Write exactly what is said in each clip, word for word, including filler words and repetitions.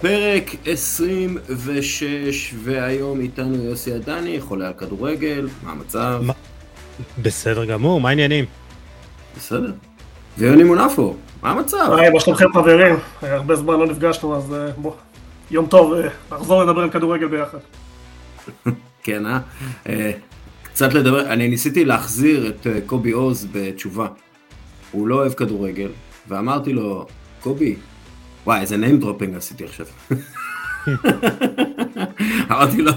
פרק עשרים ושש, והיום איתנו יוסי עדני, חולה על כדורגל, מה המצב? מה... בסדר גמור, מה העניינים? בסדר. ויוני מונפו, מה המצב? היי, מה שלומכם חברים? הרבה זמן לא נפגשנו, אז בוא, יום טוב, נחזור לדבר על כדורגל ביחד. כן, אה? קצת לדבר, אני ניסיתי להחזיר את קובי עוז בתשובה. הוא לא אוהב כדורגל, ואמרתי לו, קובי, וואי, איזה name dropping עשיתי עכשיו. אמרתי לו,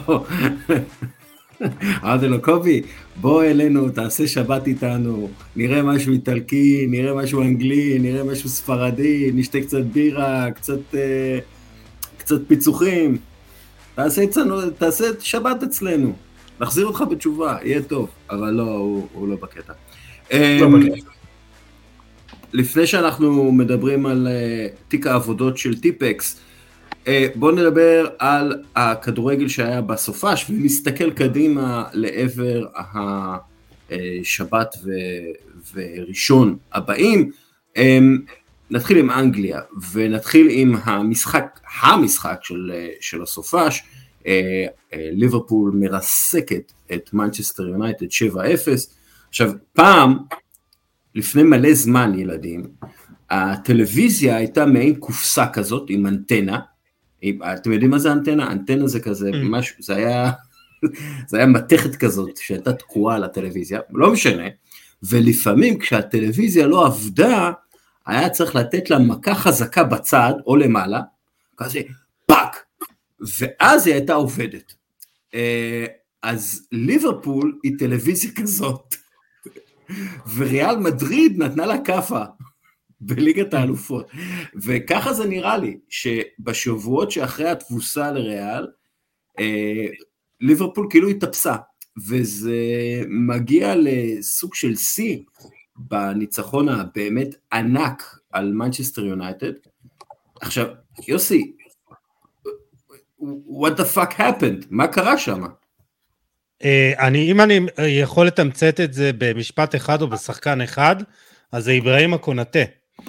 אמרתי לו, קובי, בוא אלינו, תעשה שבת איתנו, נראה משהו איטלקי, נראה משהו אנגלי, נראה משהו ספרדי, נשתה קצת בירה, קצת, קצת פיצוחים, תעשה, אצלנו, תעשה שבת אצלנו, נחזיר אותך בתשובה, יהיה טוב, אבל לא, הוא, הוא לא בקטע. לא בקטע. לפני שאנחנו מדברים על uh, תיק העבודות של טיפקס, uh, בואו נדבר על הכדורגל שהיה בסופש, ונסתכל קדימה לעבר השבת ו- וראשון הבאים. Um, נתחיל עם אנגליה, ונתחיל עם המשחק, המשחק של, של הסופש. uh, uh, ליברפול מרסקת את מנצ'סטר יונייטד שבע אפס. עכשיו, פעם, לפני מלא זמן ילדים, הטלוויזיה הייתה מעין קופסה כזאת עם אנטנה, אתם יודעים מה זה אנטנה? אנטנה זה כזה, משהו, זה היה, זה היה מתכת כזאת שהייתה תקועה על הטלוויזיה, לא משנה, ולפעמים כשהטלוויזיה לא עבדה, היה צריך לתת לה מכה חזקה בצד או למעלה, כזה פאק, ואז היא הייתה עובדת. אז ליברפול היא טלוויזיה כזאת, וריאל מדריד נתנה לה קפה בליגת האלופות, וככה זה נראה לי, שבשבועות שאחרי התבוסה לריאל, ליברפול כאילו התאפסה, וזה מגיע לסוג של סי, בניצחון הבאמת ענק על מנצ'סטר יונייטד. עכשיו, יוסי, what the fuck happened? מה קרה שם? אני, אם אני יכול לתמצת את זה במשפט אחד או בשחקן אחד, אז זה איברהים קונאטה,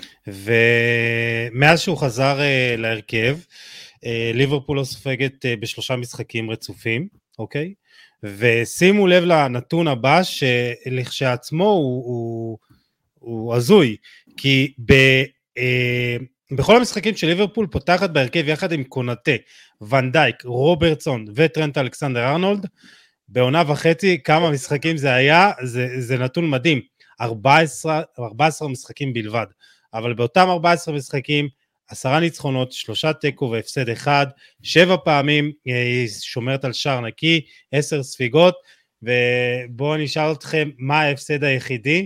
ומאז שהוא חזר להרכב, ליברפול לא סופגת בשלושה משחקים רצופים, אוקיי? ושימו לב לנתון הבא, שלכשעצמו הוא, הוא, הוא הזוי, כי ב, בכל המשחקים של ליברפול פותחת בהרכב יחד עם קונאטה, ון דייק, רוברטסון וטרנט אלכסנדר ארנולד, בעונה וחצי, כמה משחקים זה היה, זה, זה נתון מדהים, ארבע עשרה, ארבע עשרה משחקים בלבד, אבל באותם ארבע עשרה משחקים, עשרה ניצחונות, שלושה תיקו והפסד אחד, שבע פעמים היא שומרת על שער נקי, עשר ספיגות, ובואו נשאל אתכם, מה ההפסד היחידי?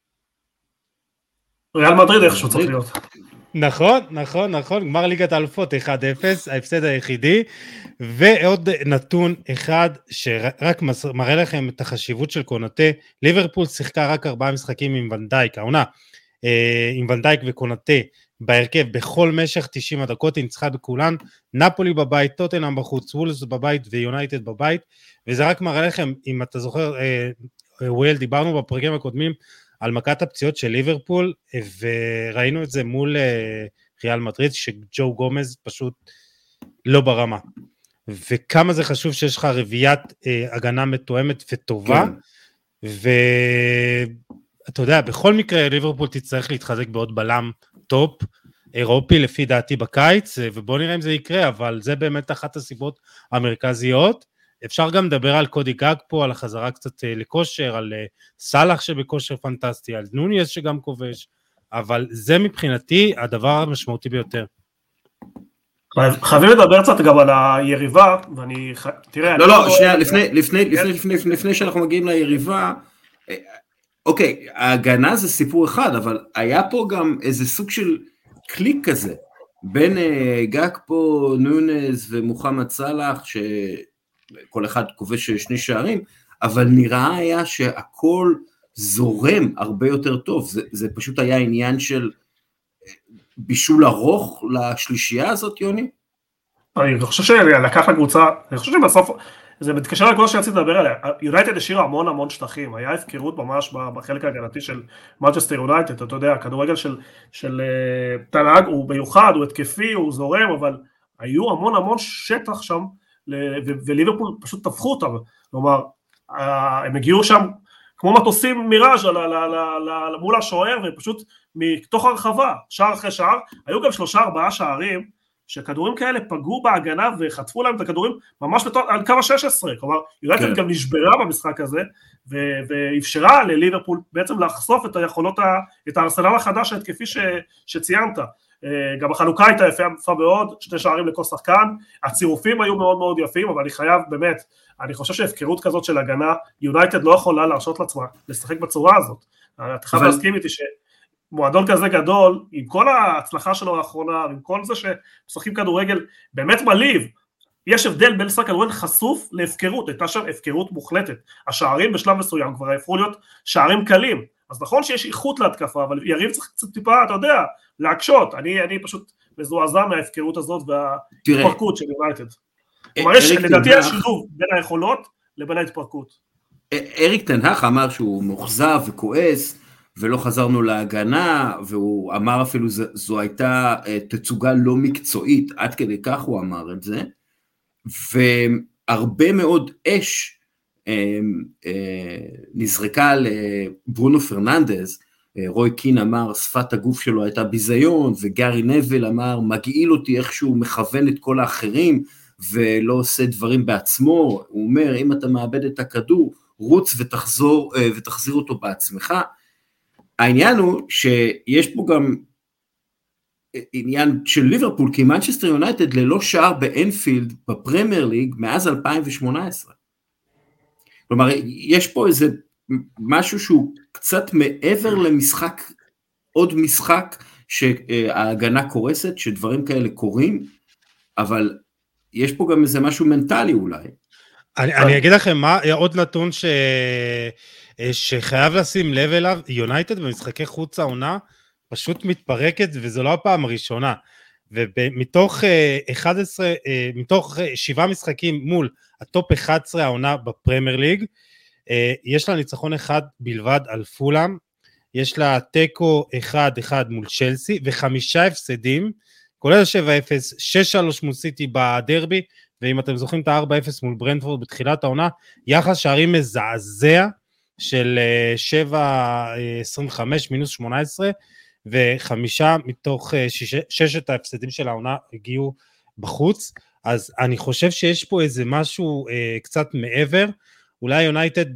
ריאל מדריד איכשהו צריך להיות. נכון, נכון, נכון, גמר ליגת האלופות אחד אפס, ההפסד היחידי, ועוד נתון אחד שרק מראה לכם את החשיבות של קונאטה, ליברפול שיחקה רק ארבעה משחקים עם ון דייק, העונה, עם ון דייק וקונאטה בהרכב, בכל משך תשעים הדקות, היא ניצחה בכולן, נפולי בבית, טוטנהאם בחוץ, וולס בבית ויונייטד בבית, וזה רק מראה לכם, אם אתה זוכר, וויל, דיברנו בפרקים הקודמים, על מכת הפציעות של ליברפול, וראינו את זה מול ריאל מדריד, שג'ו גומז פשוט לא ברמה, וכמה זה חשוב שיש לך רביעיית הגנה מתואמת וטובה, כן. ואתה יודע, בכל מקרה ליברפול תצטרך להתחזק בעוד בלם טופ, אירופי לפי דעתי בקיץ, ובוא נראה אם זה יקרה, אבל זה באמת אחת הסיבות המרכזיות. אפשר גם לדבר על קודי גג פה, על החזרה קצת לכושר, על סלח שבכושר פנטסטי, על נוניס שגם כובש, אבל זה מבחינתי הדבר המשמעותי ביותר. חייבים לדבר קצת גם על היריבה, ואני, תראה... לא, לא, שנייה, לפני, לפני, לפני, לפני שאנחנו מגיעים ליריבה, אוקיי, ההגנה זה סיפור אחד, אבל היה פה גם איזה סוג של קליק כזה, בין גג פה, נוניס ומוחמד סלח, ש... כל אחד כובש שני שערים, אבל נראה היה שהכל זורם הרבה יותר טוב, זה, זה פשוט היה עניין של בישול ארוך לשלישייה הזאת, יוני? אני חושב שלקח לקבוצה, אני חושב שבסוף, זה מתקשר לקבוצה שרציתי לדבר עליה, יונייטד השאירה המון המון שטחים, היה הפקרות ממש בחלק ההגנתי של מנצ'סטר יונייטד, אתה יודע, הכדורגל של, של תל"ג הוא מיוחד, הוא התקפי, הוא זורם, אבל היו המון המון שטח שם, וליברפול פשוט טפחו אותם, כלומר, הם הגיעו שם, כמו מטוסים מיראז' מול השוער, ופשוט מתוך הרחבה, שער אחרי שער, היו גם שלושה ארבעה שערים, שכדורים כאלה פגעו בהגנה, וחטפו להם את הכדורים ממש על קו ה-שש עשרה, כלומר, יונייטד גם נשברה במשחק הזה, ואפשרה לליברפול בעצם לחשוף את היכולות, את הארסנל החדש ההתקפי שציינת, גם החלוקה הייתה יפה מאוד, שתי שערים לכל שחקן, הצירופים היו מאוד מאוד יפים, אבל אני חייב באמת, אני חושב שהפקרות כזאת של הגנה, יונייטד לא יכולה להרשות לעצמה, לשחק בצורה הזאת, אתה חייב להסכים איתי שמועדון כזה גדול, עם כל ההצלחה שלו האחרונה, עם כל זה שמשחקים כדורגל באמת מליב, יש הבדל בין לשחק כדורגל חשוף להפקרות, הייתה שם הפקרות מוחלטת, השערים בשלב מסוים כבר הפכו להיות שערים קלים, אז נכון שיש איכות להתקפה, אבל יריב צריך קצת טיפה, אתה יודע, להקשות, אני, אני פשוט מזועזע מההפקרות הזאת וההתפרקות של יונייטד. כלומר, יש לדעתי השילוב בין היכולות לבין ההתפרקות. אריק תן האג אמר שהוא מוחזב וכועס, ולא חזרנו להגנה, והוא אמר אפילו זו הייתה תצוגה לא מקצועית, עד כדי כך הוא אמר את זה, והרבה מאוד אש, נזרקה לברונו פרננדז, רוי קין אמר שפת הגוף שלו הייתה ביזיון, וגארי נבל אמר מגעיל אותי איך שהוא מכוון את כל האחרים, ולא עושה דברים בעצמו, הוא אומר אם אתה מאבד את הכדור, רוץ ותחזור, ותחזיר אותו בעצמך, העניין הוא שיש פה גם עניין של ליברפול, כי מנצ'סטר יונייטד ללא שער באנפילד בפרמייר ליג מאז אלפיים שמונה עשרה, כלומר, יש פה איזה משהו שהוא קצת מעבר למשחק, עוד משחק שההגנה קורסת, שדברים כאלה קורים, אבל יש פה גם איזה משהו מנטלי אולי. אני, אני אגיד לכם מה, עוד נתון ש... שחייב לשים לב אליו, יונייטד במשחקי חוץ העונה, פשוט מתפרקת, וזו לא הפעם הראשונה, ומתוך אחת עשרה, מתוך שבעה משחקים מול הטופ אחת עשרה העונה בפרמייר ליג, יש לה ניצחון אחד בלבד על פולאם, יש לה טקו אחד אחד מול צ'לסי, וחמישה הפסדים, כולל שבע אפס, שש שלוש מול סיטי בדרבי, ואם אתם זוכרים את ה-ארבע אפס מול ברנטפורד בתחילת העונה, יחס שערים מזעזע של שבע עשרים וחמש מינוס שמונה עשרה, וחמישה מתוך שש, ששת ההפסדים של העונה הגיעו בחוץ, אז אני חושב שיש פה איזה משהו אה, קצת מעבר, אולי יונייטד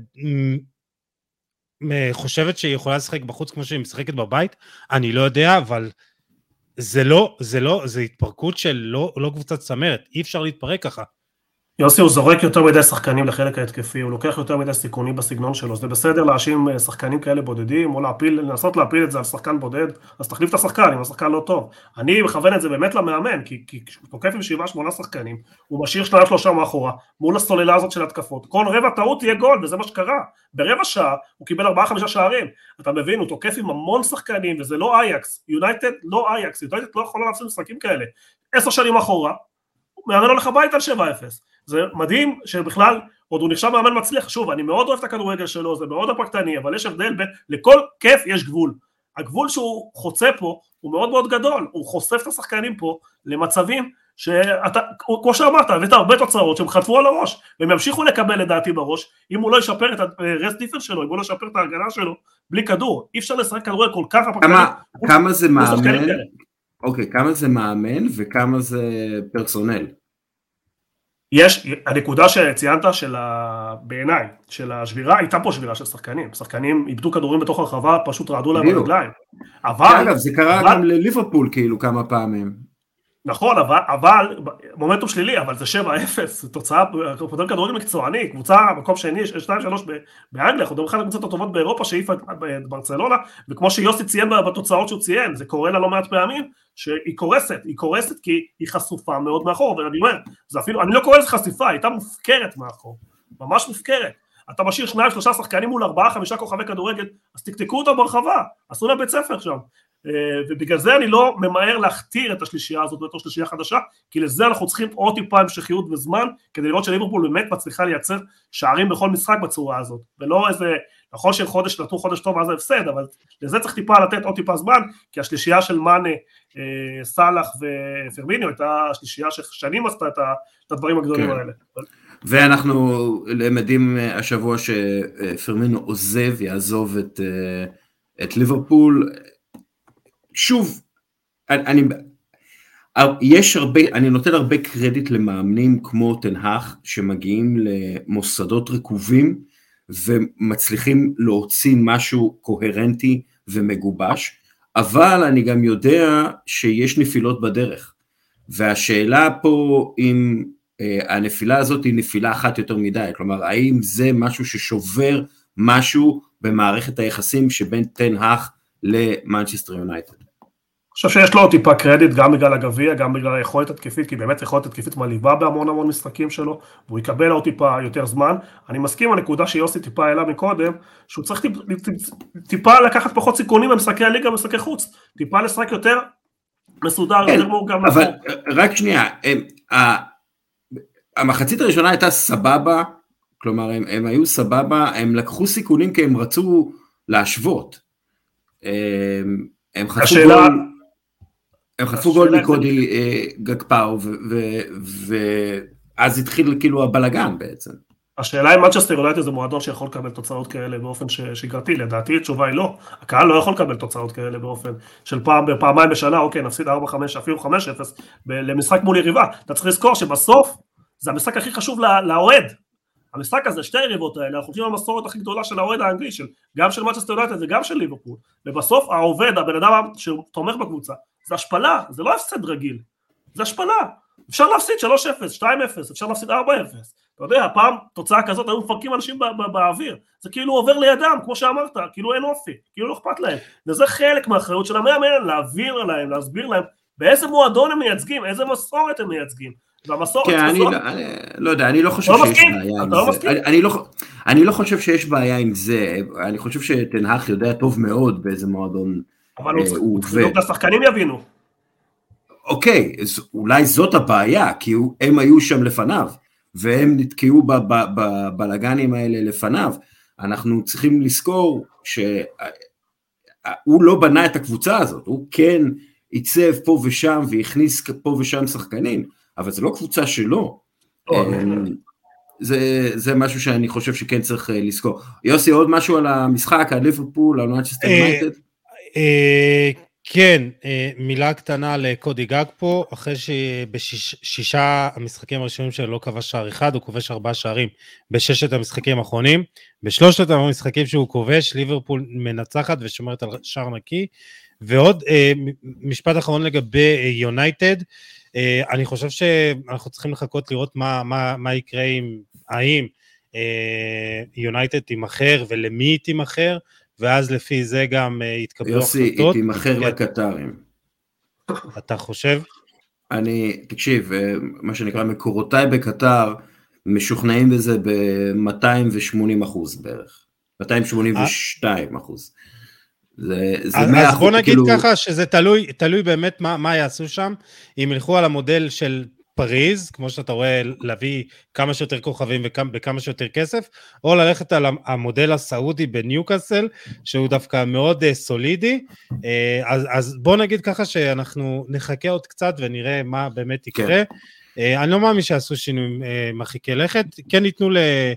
מ- חושבת שהיא יכולה לשחק בחוץ כמו שהיא משחקת בבית, אני לא יודע, אבל זה לא, זה לא, זה התפרקות של לא, לא קבוצת צמרת, אי אפשר להתפרק ככה. יוסי הוא זורק יותר מדי שחקנים לחלק ההתקפי, הוא לוקח יותר מדי סיכונים בסגנון שלו, זה בסדר להאשים שחקנים כאלה בודדים, או להפיל, לנסות להפיל את זה על שחקן בודד, אז תחליף את השחקן, אם השחקן לא טוב. אני מכוון את זה באמת למאמן, כי, כי כשהוא תוקף עם שבעה שמונה שחקנים, הוא משאיר שניים שלושה מאחורה, מול הסוללה הזאת של התקפות, כל רבע טעות תהיה גול, וזה מה שקרה. ברבע שעה הוא קיבל ארבעה חמישה שערים, אתה מבין, הוא תוקף עם המון שחקנים, וזה לא אייקס, יונייטד לא אייקס, יונייטד לא יכולה לעשות משחקים כאלה. עשר שנים אחורה, הוא מאמן הולך הביתה על שבע אפס. זה מדהים שבכלל, עוד הוא נחשב מאמן מצליח, שוב, אני מאוד אוהב את הכדורגל שלו, זה מאוד הפרקטני, אבל יש הבדל בין, לכל כיף יש גבול. הגבול שהוא חוצה פה, הוא מאוד מאוד גדול, הוא חושף את השחקנים פה, למצבים שאתה, כמו שאמרת, הבאת הרבה תוצאות שהם חטפו על הראש, והם ימשיכו לקבל לדעתי בראש, אם הוא לא ישפר את הרסט דיפנס שלו, אם הוא לא ישפר את ההגנה שלו, בלי כדור, אי אפשר לשחק כדורגל כל כך הפרקטני. כמה, כמה זה מאמן, אוקיי, כמה זה מאמן וכמה זה פרסונל? יש, הנקודה שציינת של ה... בעיניי, של השבירה, הייתה פה שבירה של שחקנים, שחקנים איבדו כדורים בתוך הרחבה, פשוט רעדו להם ברגליים. אבל... אגב, זה קרה אבל... גם לליברפול כאילו כמה פעמים. נכון, אבל, אבל, מומנטום שלילי, אבל זה שבע אפס, תוצאה, קבוצה כדורגל מקצועני, קבוצה, מקום שני, שתיים שלוש באנגליה, אנחנו מדברים אחד הקבוצות הטובות באירופה, שהעיפה את ברצלונה, וכמו שיוסי ציין בתוצאות שהוא ציין, זה קורה לה לא מעט פעמים, שהיא קורסת, היא קורסת כי היא חשופה מאוד מאחור, ואני אומר, זה אפילו, אני לא קורא לזה חשיפה, היא הייתה מופקרת מאחור, ממש מופקרת, אתה משאיר שניים, שלושה שחקנים מול ארבעה, חמישה כוכבי כדורגל, אז תקתקו אותם ברחבה, עשו לה בית ספר שם, ובגלל זה אני לא ממהר להכתיר את השלישייה הזאת בתור שלישייה חדשה, כי לזה אנחנו צריכים עוד טיפה המשכיות וזמן, כדי לראות שליברפול באמת מצליחה לייצר שערים בכל משחק בצורה הזאת, ולא איזה, נכון של חודש, נתנו חודש טוב, אז זה הפסד, אבל לזה צריך טיפה לתת עוד טיפה זמן, כי השלישייה של מאנה, סלאח ופרמיניו, הייתה השלישייה ששנים עשתה את הדברים הגדולים האלה. ואנחנו למדים השבוע שפרמיניו עוזב, יעזוב את, את ליברפול. שוב, אני, יש הרבה, אני נותן הרבה קרדיט למאמנים כמו תנהך, שמגיעים למוסדות רקובים, ומצליחים להוציא משהו קוהרנטי ומגובש, אבל אני גם יודע שיש נפילות בדרך, והשאלה פה אם הנפילה הזאת היא נפילה אחת יותר מדי, כלומר האם זה משהו ששובר משהו במערכת היחסים שבין תנהך למנצ'סטר יונייטד. אני חושב שיש לו טיפה קרדיט גם בגלל הגביע, גם בגלל היכולת התקפית, כי באמת יכולת התקפית מלהיבה בהמון המון משחקים שלו, והוא יקבל עוד טיפה יותר זמן. אני מסכים הנקודה שיוסי טיפה העלה מקודם, שהוא צריך טיפ, טיפ, טיפה לקחת פחות סיכונים במשחקי הליגה ומשחקי חוץ, טיפה לשחק יותר מסודר, כן, יותר מורגם. אבל רק שנייה, הם, המחצית הראשונה הייתה סבבה, כלומר הם, הם היו סבבה, הם לקחו סיכונים כי הם רצו להשוות. הם, הם חטפו השאלה... גול... הם חטפו גול מקודי גגפאו, ואז התחיל כאילו הבלגן בעצם. השאלה אם מנצ'סטר יונייטד זה מועדון שיכול לקבל תוצאות כאלה באופן שגרתי, לדעתי התשובה היא לא, הקהל לא יכול לקבל תוצאות כאלה באופן של פעם, פעמיים בשנה, אוקיי, נפסיד ארבע חמש, אפילו חמש אפס, למשחק מול יריבה. אתה צריך לזכור שבסוף, זה המשחק הכי חשוב לאוהד. המשחק הזה, שתי היריבות האלה, אנחנו חושבים על המסורת הכי גדולה של האוהד האנגלי, גם של מנצ'סטר יונייטד וגם של ליברפול, ובסוף העובד, הבן אדם שתומך בקבוצה, זה השפלה, זה לא הפסד רגיל, זה השפלה. אפשר להפסיד שלוש אפס, שתיים אפס, אפשר להפסיד ארבע אפס. אתה יודע, הפעם תוצאה כזאת, היו מפרקים אנשים באוויר. זה כאילו עובר לידם, כמו שאמרת, כאילו אין אופי, כאילו לא אכפת להם. וזה חלק מהאחריות של המאמן, להעביר להם, להסביר להם, באיזה מועדון הם מייצגים, איזה מסורת הם מייצגים. והמסורת כן, אני לא יודע, אני לא חושב שיש בעיה עם זה. אני לא חושב שיש בעיה עם זה. אני חושב שתנהך יודע טוב מאוד באיזה מועדון אבל הוא צריך לשחקנים יבינו. אוקיי, אולי זאת הבעיה, כי הם היו שם לפניו, והם נתקעו בבלגנים האלה לפניו. אנחנו צריכים לזכור שהוא לא בנה את הקבוצה הזאת, הוא כן עיצב פה ושם, והכניס פה ושם שחקנים, אבל זה לא קבוצה שלו. זה, זה משהו שאני חושב שכן צריך לזכור. יוסי, עוד משהו על המשחק, על ליברפול, על מנצ'סטר יונייטד? כן, מילה קטנה לקודי גגפו, אחרי שבשישה המשחקים הראשונים שלו לא כבש שער אחד, הוא כובש ארבעה שערים בששת המשחקים האחרונים, בשלושת המשחקים שהוא כובש, ליברפול מנצחת ושומרת על שער נקי, ועוד משפט אחרון לגבי יונייטד, אני חושב שאנחנו צריכים לחכות לראות מה, מה, מה יקרה עם, האם יונייטד תימחר ולמי היא תימחר, ואז לפי זה גם יתקבלו יוסי, החלטות. יוסי, היא תימחר לקטרים. אתה חושב? אני, תקשיב, מה שנקרא מקורותיי בקטר, משוכנעים בזה ב-מאתיים ושמונים אחוז בערך. מאתיים שמונים ושתיים אחוז. זה, זה אז, אז בוא נגיד כאילו... ככה, שזה תלוי, תלוי באמת מה, מה יעשו שם, אם ילכו על המודל של פריז, כמו שאתה רואה, להביא כמה שיותר כוכבים וכמה שיותר כסף, או ללכת על המודל הסעודי בניוקאסל, שהוא דווקא מאוד סולידי, אז, אז בוא נגיד ככה שאנחנו נחכה עוד קצת ונראה מה באמת יקרה, כן. אני לא מאמין שיעשו שינויים מרחיקי לכת, כן ניתנו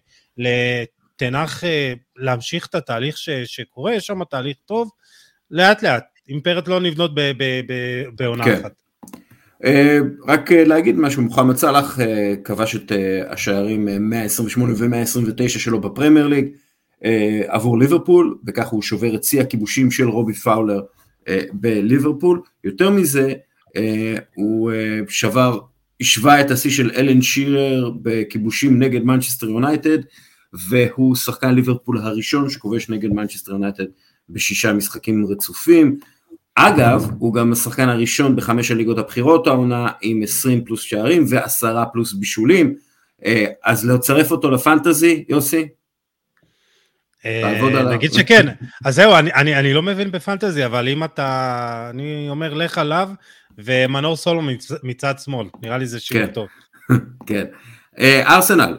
לתנח להמשיך את התהליך ש, שקורה, יש שם תהליך טוב, לאט לאט, אימפריות לא נבנות בעונה כן. אחת. רק להגיד משהו, מוחמד סלאח כבש את השערים מאה עשרים ושמונה ו-מאה עשרים ותשע שלו בפרמייר ליג עבור ליברפול, וכך הוא שובר את שיא הכיבושים של רובי פאולר בליברפול. יותר מזה, הוא שבר, השווה את השיא של אלן שירר בכיבושים נגד מנצ'סטר יונייטד, והוא שחקן ליברפול הראשון שכובש נגד מנצ'סטר יונייטד בשישה משחקים רצופים. אגב, הוא גם השחקן הראשון בחמש הליגות הבחירות העונה, עם עשרים פלוס שערים ועשרה פלוס בישולים, אז לצרף אותו לפנטזי, יוסי? נגיד שכן, אז זהו, אני לא מבין בפנטזי, אבל אם אתה, אני אומר לך עליו, ומנור סולו מצד שמאל, נראה לי זה שיעור טוב. כן, ארסנל,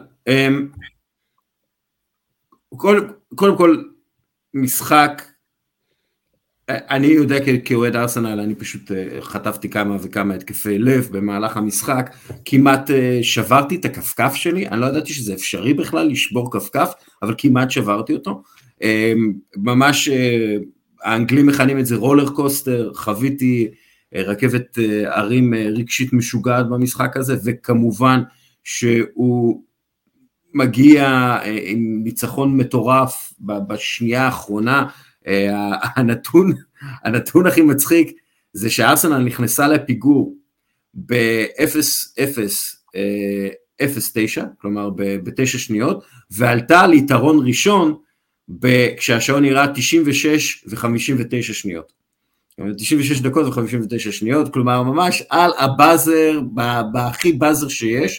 קודם כל משחק, אני יודע כאוהד ארסנל, אני פשוט חטפתי כמה וכמה התקפי לב במהלך המשחק, כמעט שברתי את הכפכף שלי, אני לא ידעתי שזה אפשרי בכלל לשבור כפכף, אבל כמעט שברתי אותו, ממש האנגלים מכנים את זה רולר קוסטר, חוויתי רכבת ערים רגשית משוגעת במשחק הזה, וכמובן שהוא מגיע עם ניצחון מטורף בשנייה האחרונה, הנתון, הנתון הכי מצחיק זה שארסנל נכנסה לפיגור ב-אפס אפס תשע, כלומר ב-תשע שניות, ועלתה על יתרון ראשון כשהשעון נראה תשעים ושש ו-חמישים ותשע שניות. תשעים ושש דקות ו-חמישים ותשע שניות, כלומר ממש על הבאזר, בהכי באזר שיש,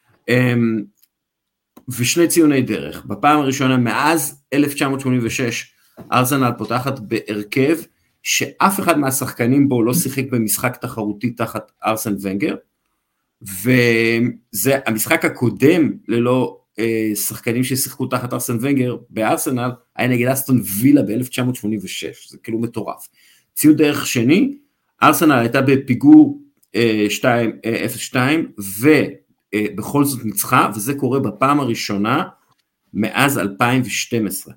ושני ציוני דרך. בפעם הראשונה מאז אלף תשע מאות שמונים ושש, ארסנל פותחת בהרכב שאף אחד מהשחקנים בו לא שיחק במשחק תחרותי תחת ארסן ונגר, וזה המשחק הקודם ללא אה, שחקנים ששיחקו תחת ארסן ונגר בארסנל, היה נגד אסטון וילה ב-אלף תשע מאות שמונים ושש, זה כאילו מטורף. ציון דרך שני, ארסנל הייתה בפיגור אה, אפס שתיים, ובכל זאת ניצחה, וזה קורה בפעם הראשונה מאז אלפיים ושתים עשרה.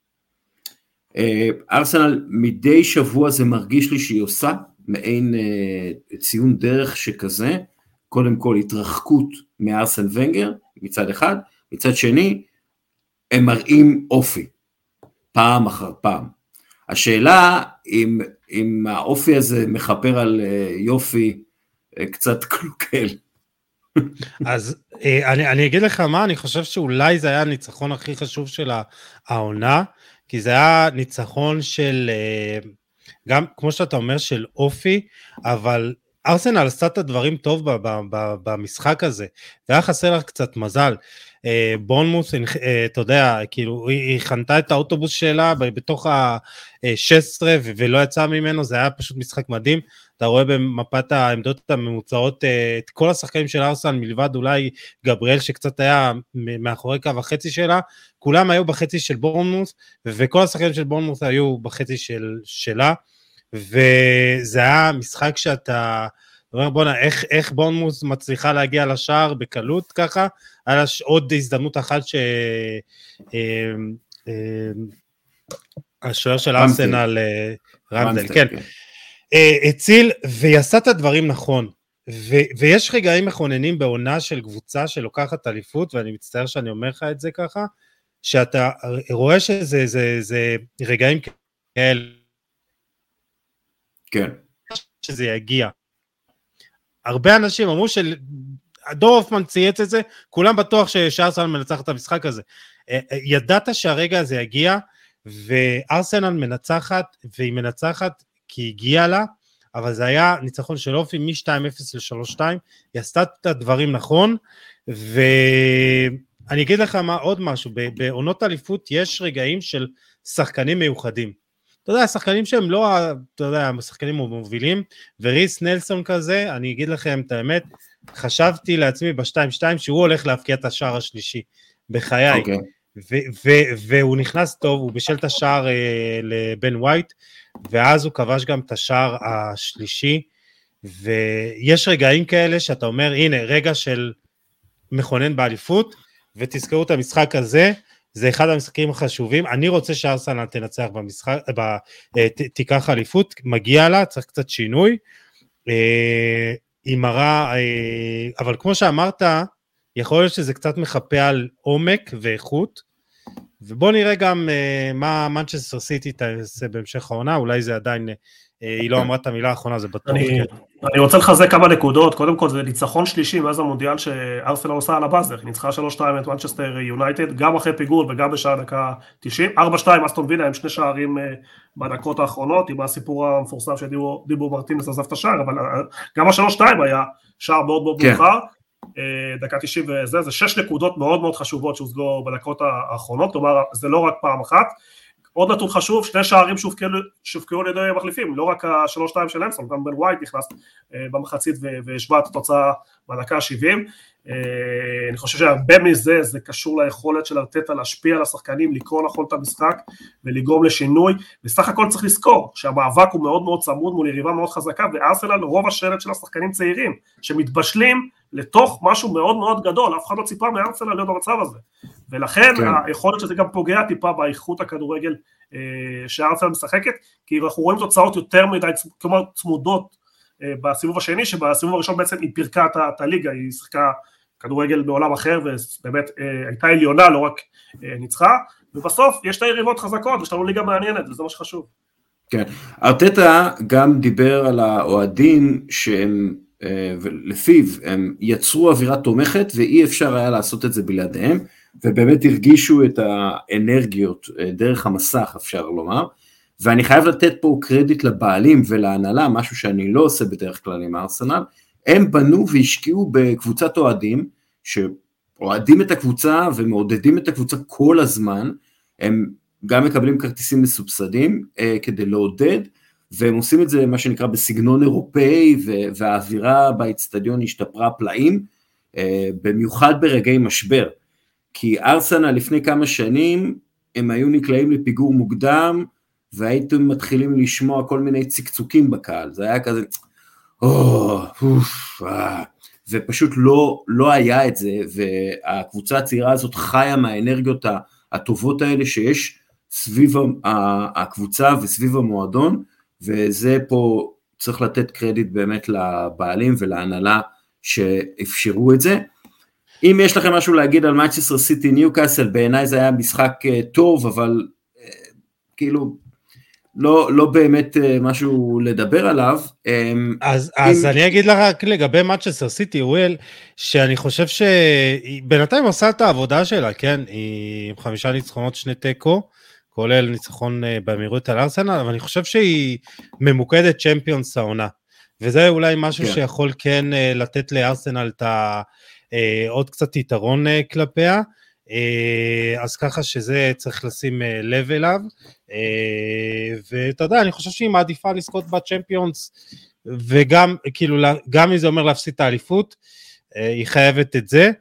ארסנל מדי שבוע זה מרגיש לי שהיא עושה מעין ציון דרך שכזה, קודם כל התרחקות מארסן ונגר מצד אחד, מצד שני הם מראים אופי פעם אחר פעם. השאלה אם, אם האופי הזה מחפר על יופי קצת קלוקל. אז אני, אני אגיד לך מה, אני חושב שאולי זה היה הניצחון הכי חשוב של העונה, כי זה היה ניצחון של, גם כמו שאתה אומר, של אופי, אבל ארסנל עשתה את הדברים טוב במשחק הזה, והיה חסר לך קצת מזל. בורנמוס, אתה יודע, כאילו, היא חנתה את האוטובוס שלה בתוך ה-שש עשרה, ולא יצאה ממנו, זה היה פשוט משחק מדהים. אתה רואה במפת העמדות הממוצעות את כל השחקנים של ארסנל, מלבד אולי גבריאל שקצת היה מאחורי קו החצי שלה, כולם היו בחצי של בורנמוס, וכל השחקנים של בורנמוס היו בחצי של, שלה, וזה היה משחק שאתה אומר, בונה, איך, איך בורנמוס מצליחה להגיע לשער בקלות ככה, היה עוד הזדמנות אחת ש... השוער של ארסנל, רמדל, כן. הציל ויעשה את הדברים נכון, ו- ויש רגעים מכוננים בעונה של קבוצה שלוקחת אליפות, ואני מצטער שאני אומר לך את זה ככה, שאתה רואה שזה זה, זה רגעים כאלה, כן. שזה יגיע. הרבה אנשים אמרו שדור הופמן צייץ את זה, כולם בטוח שארסנל מנצח את המשחק הזה. ידעת שהרגע הזה יגיע, וארסנל מנצחת, והיא מנצחת כי הגיעה לה, אבל זה היה ניצחון של אופי מ-שתיים אפס ל-שלוש שתיים, היא עשתה את הדברים נכון, ואני אגיד לך מה, עוד משהו, בעונות אליפות יש רגעים של שחקנים מיוחדים, אתה יודע, שחקנים שהם לא, אתה יודע, שחקנים מובילים, וריס נלסון כזה, אני אגיד לכם את האמת, חשבתי לעצמי ב-שתיים שתיים שהוא הולך להפקיע את השער השלישי, בחיי, okay. ו- ו- והוא נכנס טוב, הוא בשל את השער אה, לבן ווייט, ואז הוא כבש גם את השער השלישי, ויש רגעים כאלה שאתה אומר, הנה, רגע של מכונן באליפות, ותזכרו את המשחק הזה, זה אחד המשחקים החשובים, אני רוצה שארסנל תנצח במשחק, ב, ת, תיקח אליפות, מגיע לה, צריך קצת שינוי, אה, היא מראה, אה, אבל כמו שאמרת, יכול להיות שזה קצת מחפה על עומק ואיכות, ובוא נראה גם uh, מה מנצ'סטר סיטי תעשה בהמשך העונה, אולי זה עדיין, uh, היא לא אמרה את המילה האחרונה, זה בטוח. אני, כן. אני רוצה לחזק כמה נקודות, קודם כל זה ניצחון שלישי מאז המונדיאל שארסנל עושה על הבאזר, היא ניצחה שלוש שתיים את מנצ'סטר יונייטד, גם אחרי פיגור וגם בשעה דקה תשעים, ארבע שתיים אסטון וילה עם שני שערים uh, בדקות האחרונות, עם הסיפור המפורסם שדיבו מרטינס עזב את השער, אבל uh, גם השלוש שתיים היה שער מאוד מאוד מאוחר, דקה תשעים וזה, זה שש נקודות מאוד מאוד חשובות שהושגו בדקות האחרונות, כלומר זה לא רק פעם אחת. עוד נתון חשוב, שני שערים שהופקעו על ידי מחליפים, לא רק השלוש שתיים של אמסון, גם בן ווייט נכנס במחצית והשווה את התוצאה בדקה ה-שבעים. אני חושב שהרבה מזה זה קשור ליכולת של ארטטה להשפיע על השחקנים, לקרוא נכון את המשחק ולגרום לשינוי. בסך הכל צריך לזכור שהמאבק הוא מאוד מאוד צמוד מול יריבה מאוד חזקה, וארסנל רוב השלט של השחקנים צעירים שמתבשלים לתוך משהו מאוד מאוד גדול, אף אחד לא ציפה מארסנל להיות במצב הזה, ולכן כן. היכולת שזה גם פוגע טיפה באיכות הכדורגל אה, שארסנל משחקת, כי אנחנו רואים תוצאות יותר מדי, כלומר צמודות אה, בסיבוב השני, שבסיבוב הראשון בעצם היא פירקה את הליגה, היא שיחקה כדורגל בעולם אחר, ובאמת אה, הייתה עליונה, לא רק אה, ניצחה, ובסוף יש את היריבות חזקות, יש לנו ליגה מעניינת, וזה מה שחשוב. כן, ארטטה גם דיבר על האוהדים שהם, ולפיו הם יצרו אווירה תומכת, ואי אפשר היה לעשות את זה בלעדיהם, ובאמת הרגישו את האנרגיות דרך המסך, אפשר לומר, ואני חייב לתת פה קרדיט לבעלים ולהנהלה, משהו שאני לא עושה בדרך כלל עם ארסנל, הם בנו והשקיעו בקבוצת אוהדים, שאוהדים את הקבוצה ומעודדים את הקבוצה כל הזמן, הם גם מקבלים כרטיסים מסובסדים כדי לעודד, והם עושים את זה מה שנקרא בסגנון אירופאי, והאווירה באצטדיון השתפרה פלאים, במיוחד ברגעי משבר, כי ארסנל לפני כמה שנים, הם היו נקלעים לפיגור מוקדם, והייתם מתחילים לשמוע כל מיני צקצוקים בקהל, זה היה כזה, אוף, אוף, אה, ופשוט לא, לא היה את זה, והקבוצה הצעירה הזאת חיה מהאנרגיות הטובות האלה, שיש סביב הקבוצה וסביב המועדון, וזה פה צריך לתת קרדיט באמת לבעלים ולהנהלה שאפשרו את זה. אם יש לכם משהו להגיד על מנצ'סטר סיטי ניוקאסל, בעיניי זה היה משחק טוב, אבל כאילו לא, לא באמת משהו לדבר עליו. אז, אם... אז אני אגיד לך רק לגבי מנצ'סטר סיטי, וויל, שאני חושב שבינתיים עושה את העבודה שלה, כן? היא עם חמישה ניצחונות שני תיקו, כולל ניצחון במהירות על ארסנל, אבל אני חושב שהיא ממוקדת צ'מפיונס העונה, וזה אולי משהו כן. שיכול כן לתת לארסנל את עוד קצת יתרון כלפיה, אז ככה שזה צריך לשים לב אליו, ואתה יודע, אני חושב שהיא מעדיפה לזכות בצ'מפיונס, וגם, כאילו, גם אם זה אומר להפסיד את האליפות, היא חייבת את זה.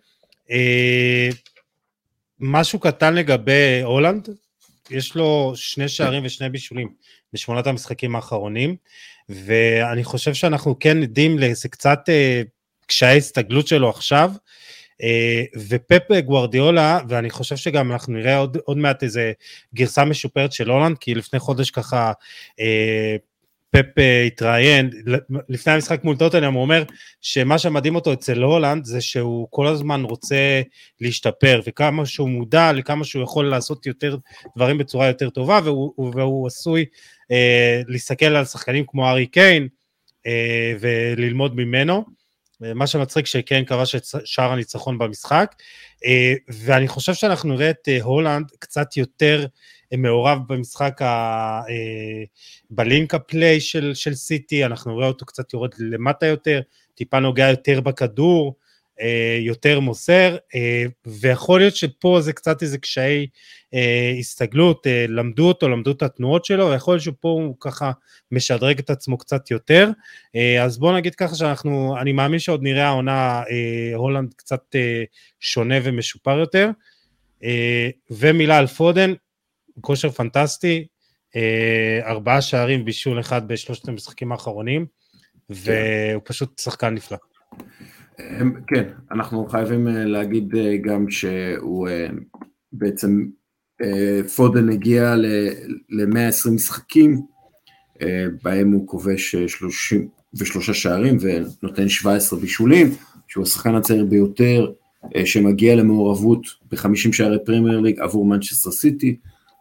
משהו קטן לגבי הולנד, יש לו שני שערים ושני בישולים בשמונת המשחקים האחרונים, ואני חושב שאנחנו כן עדים לאיזה קצת קשיי הסתגלות שלו עכשיו, ופפ גוארדיולה, ואני חושב שגם אנחנו נראה עוד, עוד מעט איזה גרסה משופרת של הולנד, כי לפני חודש ככה פפ התראיין, לפני המשחק מול טוטנהאם, הוא אומר שמה שמדהים אותו אצל הולנד, זה שהוא כל הזמן רוצה להשתפר, וכמה שהוא מודע, לכמה שהוא יכול לעשות יותר דברים בצורה יותר טובה, והוא, והוא עשוי אה, להסתכל על שחקנים כמו ארי קיין, אה, וללמוד ממנו, מה שמצחיק שקיין כבש את שער הניצחון במשחק, אה, ואני חושב שאנחנו נראה את הולנד קצת יותר מעורב במשחק, ה, בלינק הפליי של, של סיטי, אנחנו רואה אותו קצת יורד למטה יותר, טיפה נוגע יותר בכדור, יותר מוסר, ויכול להיות שפה זה קצת איזה קשיי הסתגלות, למדו אותו, למדו את התנועות שלו, ויכול להיות שפה הוא ככה משדרג את עצמו קצת יותר, אז בואו נגיד ככה שאנחנו, אני מאמין שעוד נראה העונה הולנד קצת שונה ומשופר יותר, ומילה על פודן, כושר פנטסטי, ארבעה שערים בישול אחד בשלושת המשחקים האחרונים, והוא פשוט שחקן נפלא. כן, אנחנו חייבים להגיד גם שהוא בעצם פודן הגיע ל-מאה ועשרים משחקים, בהם הוא כובש שלושים ושלושה שערים ונותן שבעה עשר בישולים, שהוא השחקן הצעיר ביותר שמגיע למעורבות ב-חמישים שערי פרמייר ליג עבור מנצ'סטר סיטי,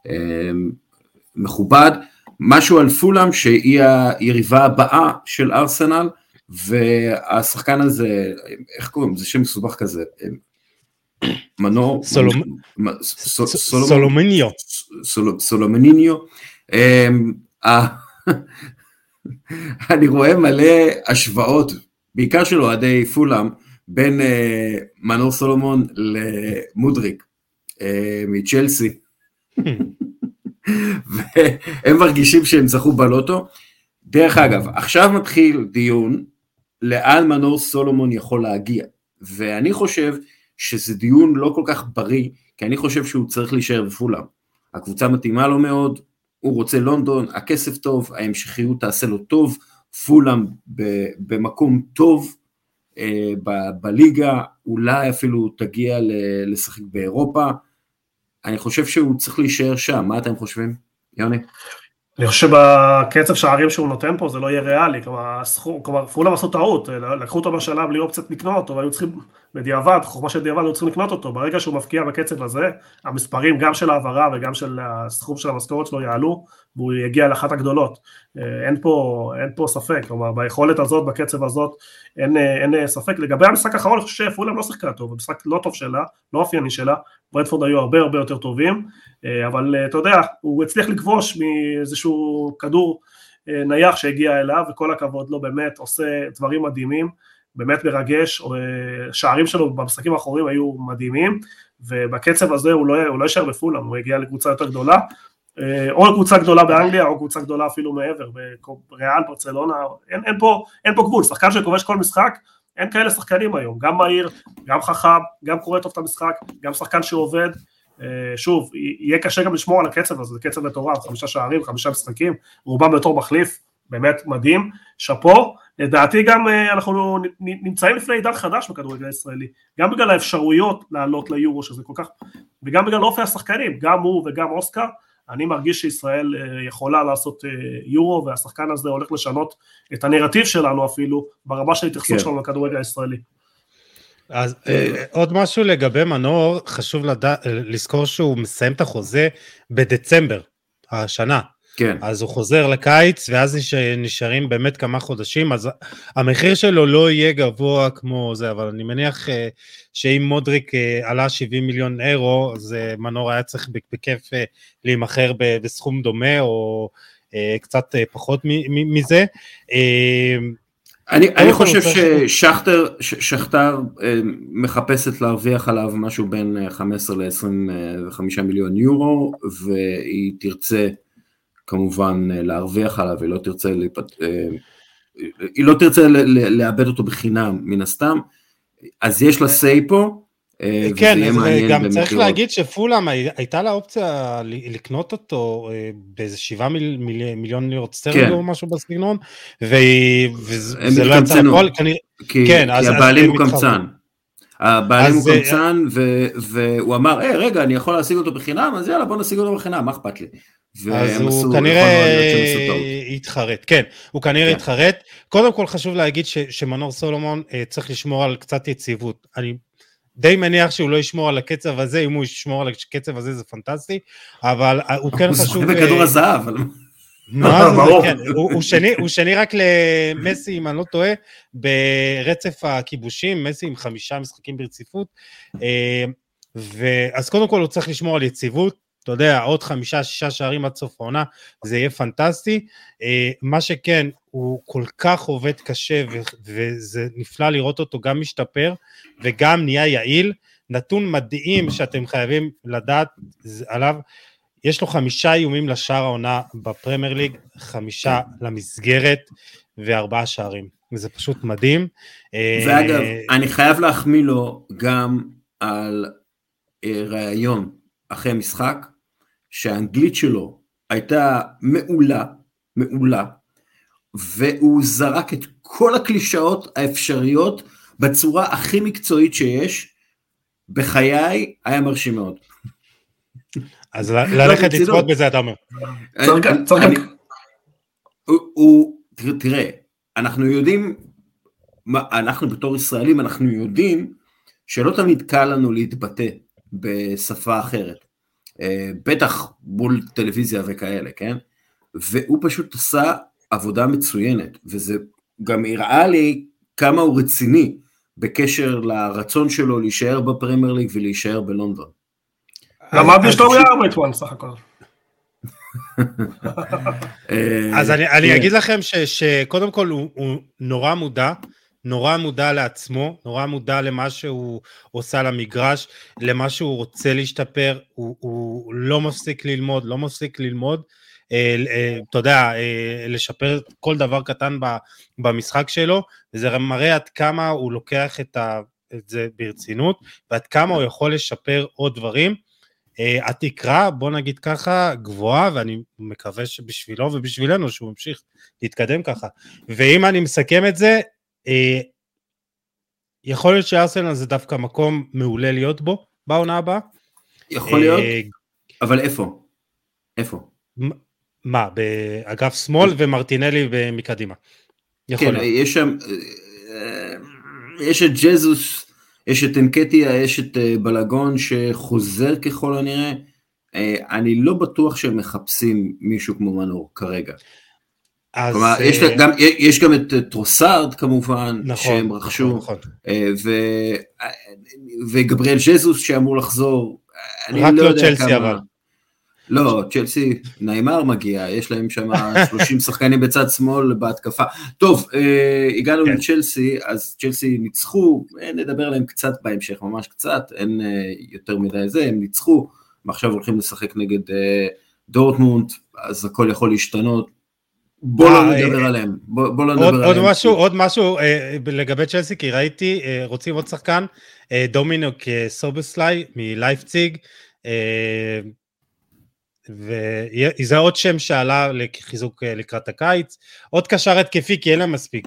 מכובד. משהו על פולאם שהיא היריבה הבאה של ארסנל, והשחקן הזה, איך קוראים? זה שם מסובך כזה, מנור, סולומניו, סולומניו, אני רואה מלא השוואות, בעיקר של אוהדי פולאם, בין מנור סולומון למודריק מצ'לסי, והם מרגישים שהם זכו בלוטו. דרך אגב, עכשיו מתחיל דיון לאן מנור סולומון יכול להגיע, ואני חושב שזה דיון לא כל כך בריא, כי אני חושב שהוא צריך להישאר בפולאם. הקבוצה מתאימה לו מאוד, הוא רוצה לונדון, הכסף טוב, ההמשכיות תעשה לו טוב, פולאם במקום טוב ב- בליגה, אולי אפילו תגיע לשחק באירופה. אני חושב שהוא צריך להישאר שם. מה אתם חושבים, יוני? אני חושב שבקצב שערים שהוא נותן פה זה לא יהיה ריאלי, כלומר, כלומר פולאם עשו טעות, לקחו אותו בשלב בלי אופציית לקנות אותו, והיו צריכים בדיעבד, חוכמה של דיעבד, היו צריכים לקנות אותו. ברגע שהוא מפקיע בקצב הזה, המספרים גם של העברה וגם של הסכום של המשכורת שלו יעלו, והוא יגיע לאחת הגדולות. אין פה, אין פה ספק, כלומר, ביכולת הזאת, בקצב הזאת, אין, אין ספק. לגבי המשחק האחרון, אני חושב שפולאם לא שיחקה טוב, המשחק לא טוב שלה, לא אופייני שלה, ברנטפורד היו הרבה הרבה יותר טובים, אבל אתה יודע, הוא הצליח לכבוש מאיזשהו כדור נייח שהגיע אליו, וכל הכבוד לו באמת עושה דברים מדהימים, באמת מרגש, שערים שלו במשחקים האחרונים היו מדהימים, ובקצב הזה הוא לא, הוא לא יישאר בפולאם, הוא הגיע לקבוצה יותר גדולה, או קבוצה גדולה באנגליה, או קבוצה גדולה אפילו מעבר, בריאל, ברצלונה, אין, אין פה, אין פה גבול, שחקן שכובש כל משחק, אין כאלה שחקנים היום, גם מהיר, גם חכם, גם קורא טוב את המשחק, גם שחקן שעובד, שוב, יהיה קשה גם לשמור על הקצב הזה, זה קצב מטורף, חמישה שערים, חמישה משחקים, רובם בתור מחליף, באמת מדהים, שפו, לדעתי גם אנחנו נמצאים לפני עידן חדש בכדורגל הישראלי, גם בגלל האפשרויות לעלות ליורו, שזה כל כך, וגם בגלל אופי השחקנים, גם הוא וגם אוסקר, אני מרגיש שישראל יכולה לעשות יורו, והשחקן הזה הולך לשנות את הנרטיב שלנו אפילו, ברמה של התייחסות שלנו לכדורגל הישראלי. אז עוד משהו לגבי מנור, חשוב לזכור שהוא מסיים את החוזה בדצמבר, השנה. כן. אז הוא חוזר לקיץ, ואז נשארים באמת כמה חודשים, אז המחיר שלו לא יהיה גבוה כמו זה, אבל אני מניח שאם מודריק עלה שבעים מיליון אירו, אז מנור היה צריך בכיף להימחר בסכום דומה, או קצת פחות מזה. אני, אני חושב ששכתר, שכתר מחפשת להרוויח עליו משהו בין חמש עשרה ל-עשרים וחמישה מיליון יורו, והיא תרצה כמובן להרוויח עליו, היא לא תרצה, להיפט... היא לא תרצה לאבד אותו בחינם מן הסתם, אז יש לה סי פה, כן, אז גם צריך להגיד שפולאם הייתה לה אופציה לקנות אותו באיזה שבעה מיליון לירות סטרלינג או משהו בסגנון, וזה לא יצא לכל, כי הבעלים הוא קמצן, הבעלים הוא קמצן, והוא אמר, היי רגע, אני יכול להשיג אותו בחינם, אז יאללה בוא נשיג אותו בחינם, מה אכפת לי? אז הוא כנראה התחרט, כן, הוא כנראה התחרט. קודם כל חשוב להגיד שמנור סולומון צריך לשמור על קצת יציבות, אני די מניח שהוא לא ישמור על הקצב הזה, אם הוא ישמור על הקצב הזה זה פנטסטי, אבל הוא כן חשוב... הוא זוכה בכדור הזהב, אבל... מה זה, כן, הוא שני רק למסי, אם אני לא טועה, ברצף הכיבושים, מסי עם חמישה משחקים ברציפות, אז קודם כל הוא צריך לשמור על יציבות, אתה יודע, עוד חמישה, שישה שערים עד סוף העונה, זה יהיה פנטסטי, מה שכן, הוא כל כך עובד קשה, וזה נפלא לראות אותו גם משתפר, וגם נהיה יעיל, נתון מדהים שאתם חייבים לדעת עליו, יש לו חמישה איומים לשער העונה בפרמייר ליג, חמישה למסגרת, וארבעה שערים, וזה פשוט מדהים. ואגב, אני חייב להחמיא לו גם על רעיון, אחרי המשחק, שהאנגלית שלו הייתה מעולה, מעולה, והוא זרק את כל הקלישאות האפשריות בצורה הכי מקצועית שיש, בחיי היה מרשים מאוד. אז ללכת לצפות בזה אתה אומר. תראה, אנחנו יודעים, אנחנו בתור ישראלים, אנחנו יודעים שלא תמיד קל לנו להתבטא בשפה אחרת, בטח מול טלוויזיה וכאלה, כן? והוא פשוט עשה עבודה מצוינת, וזה גם הראה לי כמה הוא רציני בקשר לרצון שלו להישאר בפרמייר ליג ולהישאר בלונדון. למד בשלומי ארבעטואן סך הכל. אז אני אגיד לכם שקודם כל הוא נורא מודע, נורא מודע לעצמו, נורא מודע למה שהוא עושה למגרש, למה שהוא רוצה להשתפר, הוא, הוא לא מפסיק ללמוד, לא מפסיק ללמוד, אה, אה, אתה יודע, אה, לשפר כל דבר קטן במשחק שלו, וזה מראה עד כמה הוא לוקח את, ה, את זה ברצינות, ועד כמה הוא יכול לשפר עוד דברים. אה, התקרה, בוא נגיד ככה, גבוהה, ואני מקווה שבשבילו ובשבילנו שהוא ממשיך להתקדם ככה. ואם אני מסכם את זה, אה, יכול להיות שארסנל זה דווקא מקום מעולה להיות בו, בעונה הבאה. יכול להיות, אה, אבל איפה? איפה? מה, באגף שמאל ומרטינלי מקדימה. כן, יש שם, יש את ג'זוס, יש את אנקטיה, יש את בלגון שחוזר ככל הנראה, אני לא בטוח שהם מחפשים מישהו כמו מנור כרגע. אז כלומר, יש, גם, יש גם את טרוסארד כמובן, נכון, שהם רכשו, נכון, ו, וגבריאל ג'זוס שאמור לחזור, רק לא צ'לסי אבל. לא, צ'לסי, ניימר מגיע, יש להם שם שלושים שחקנים בצד שמאל בהתקפה. טוב, אה, הגענו כן. לצ'לסי, אז צ'לסי ניצחו, נדבר עליהם קצת בהמשך, ממש קצת, אין אה, יותר מדי זה, הם ניצחו, ועכשיו הולכים לשחק נגד אה, דורטמונד, אז הכל יכול להשתנות, בוא לא נדבר עליהם, בוא לא נדבר עליהם. עוד משהו, עוד משהו לגבי צ'לסי, כי ראיתי, רוצים עוד שחקן, דומיניק סובסליי מלייפציג, וזה עוד שם שעלה לחיזוק לקראת הקיץ, עוד קשר התקפי, כי אין להם מספיק.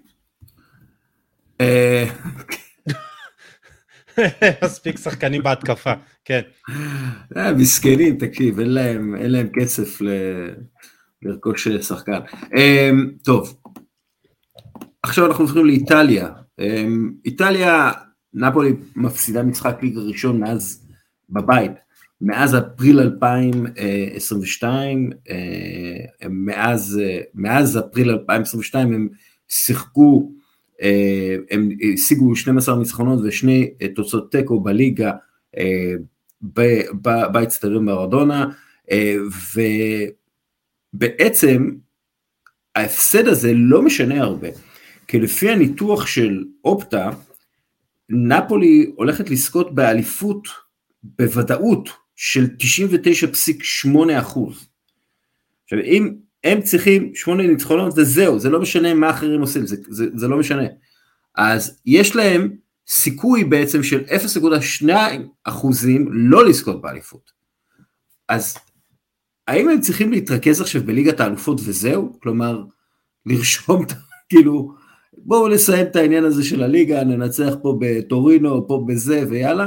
מספיק שחקנים בהתקפה, כן. מסכנים, תקשיב, אין להם כסף לרכוש שחקן. טוב, עכשיו אנחנו הולכים לאיטליה. איטליה, נפולי מפסידה משחק ליגה ראשון מאז בבית, מאז אפריל אלפיים עשרים ושתיים, מאז, מאז אפריל אלפיים עשרים ושתיים הם שיחקו, הם השיגו שנים עשר ניצחונות ושני תוצאות תיקו בליגה, באצטדיון מרדונה, ובעצם ההפסד הזה לא משנה הרבה, כי לפי הניתוח של אופטה, נפולי הולכת לזכות באליפות בוודאות של תשעים ותשע נקודה שמונה אחוז. עכשיו, אם הם צריכים שמונה ניצחונות, וזהו, זה לא משנה מה אחרים עושים, זה, זה, זה לא משנה. אז יש להם סיכוי בעצם של אפס נקודה שתיים אחוזים לא לזכות באליפות. אז האם הם צריכים להתרכז עכשיו בליגת האלופות וזהו? כלומר, לרשום, כאילו, בואו נסיים את העניין הזה של הליגה, ננצח פה בטורינו, פה בזה ויאללה,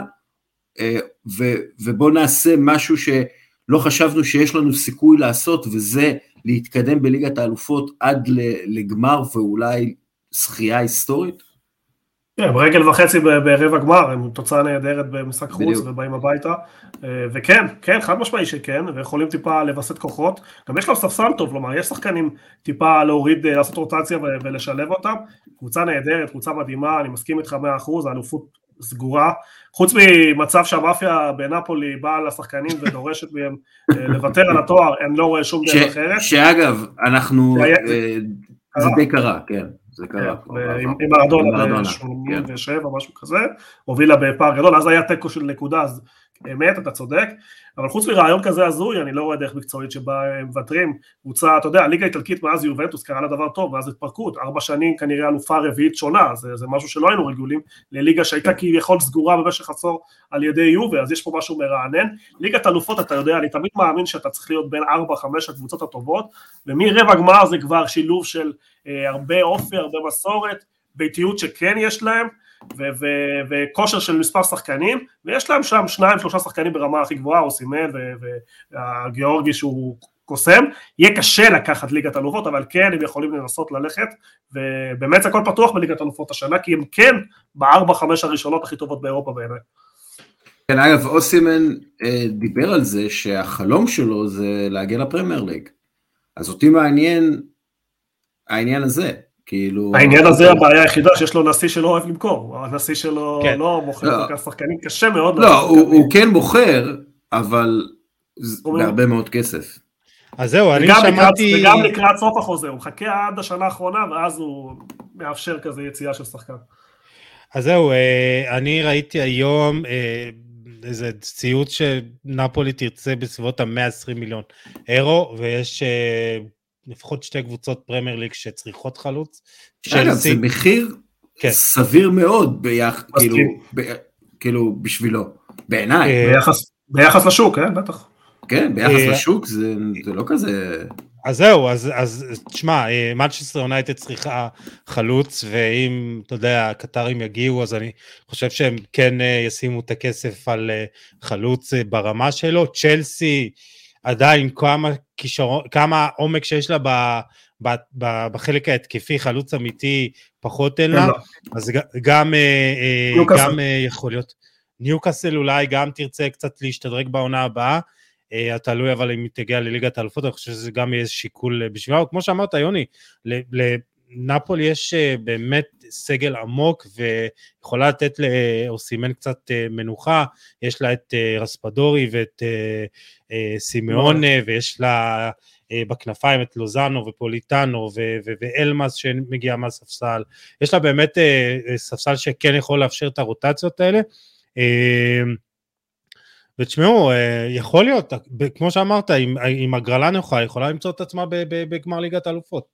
ו- ובואו נעשה משהו שלא חשבנו שיש לנו סיכוי לעשות, וזה להתקדם בליגת האלופות עד לגמר ואולי זכייה היסטורית? כן, ברגל וחצי ברבע גמר, הם תוצאה נהדרת במשחק חוץ ובאים הביתה, וכן, כן, חד משמעי שכן, ויכולים טיפה לבסט כוחות, גם יש להם ספסל טוב, כלומר, יש שחקנים טיפה להוריד, לעשות רוטציה ולשלב אותם, קבוצה נהדרת, קבוצה מדהימה, אני מסכים איתך מאה אחוז, האלופות סגורה, חוץ ממצב שהמאפיה בנפולי באה לשחקנים ודורשת מהם לוותר על התואר, אני לא רואה שום דרך אחרת. שאגב, אנחנו, זה די קרה, כן. עם מרדונה ב-שמונים ושבע, משהו כזה, הובילה בפער גדול, אז היה טקו של נקודה, אז אמת, אתה צודק, אבל חוץ מרעיון כזה הזוי, אני לא רואה דרך מקצועית שבה הם מוותרים, קבוצה, אתה יודע, הליגה האיטלקית מאז יובנטוס קרה לה דבר טוב, ואז התפרקות, ארבע שנים כנראה אלופה רביעית שונה, זה, זה משהו שלא היינו רגילים, לליגה שהייתה כביכול סגורה במשך עשור על ידי יובה, אז יש פה משהו מרענן, ליגת אלופות, אתה יודע, אני תמיד מאמין שאתה צריך להיות בין ארבע, חמש הקבוצות הטובות, ומרבע גמר זה כבר שילוב של אה, הרבה אופי, הרבה מסורת, ביתיות שכן יש להם, ו- ו- וכושר של מספר שחקנים, ויש להם שם שניים, שלושה שחקנים ברמה הכי גבוהה, אוסימן והגיאורגי שהוא קוסם, יהיה קשה לקחת ליגת אלופות, אבל כן, הם יכולים לנסות ללכת, ובאמת זה הכל פתוח בליגת אלופות השנה, כי הם כן בארבע, חמש הראשונות הכי טובות באירופה בעיניי. כן, אגב, אוסימן דיבר על זה, שהחלום שלו זה להגיע לפרמייר ליג, אז אותי מעניין העניין הזה, כאילו... העניין הזה הבעיה היחידה שיש לו נשיא שלא אוהב למכור, הנשיא שלו לא מוכר כל כך שחקנים, קשה מאוד. לא, הוא כן מוכר, אבל בהרבה מאוד כסף. אז זהו, אני שמעתי... וגם לקראת סוף החוזה, הוא מחכה עד השנה האחרונה, ואז הוא מאפשר כזה יציאה של שחקן. אז זהו, אני ראיתי היום איזה ציוץ שנפולי תרצה בסביבות ה-מאה ועשרים מיליון אירו, ויש לפחות שתי קבוצות פרמייר ליג שצריכות חלוץ. אגב, זה מחיר סביר מאוד כאילו בשבילו, בעיניי. ביחס לשוק, בטח. כן, ביחס לשוק זה לא כזה... אז זהו, אז, אז תשמע, מנצ'סטר יונייטד צריכה חלוץ, ואם, אתה יודע, הקטרים יגיעו, אז אני חושב שהם כן ישימו את הכסף על חלוץ ברמה שלו. צ'לסי עדיין כמה כישרון, כמה עומק שיש לה ב, ב, ב, בחלק ההתקפי, חלוץ אמיתי פחות אין לה, אז גם, גם יכול להיות, ניוקאסל אולי גם תרצה קצת להשתדרג בעונה הבאה, תלוי אבל אם היא תגיע לליגת האלופות, אני חושב שזה גם יהיה שיקול בשבילה, כמו שאמרת יוני, לנפולי יש באמת סגל עמוק, ויכולה לתת לאוסימן קצת מנוחה, יש לה את רספדורי ואת סימאונה, ויש לה בכנפיים את לוזאנו ופוליטאנו ואלמאס שמגיע מהספסל, יש לה באמת ספסל שכן יכול לאפשר את הרוטציות האלה, ותשמעו, יכול להיות, כמו שאמרת, עם הגרלה נוחה, יכולה למצוא את עצמה בגמר ליגת האלופות.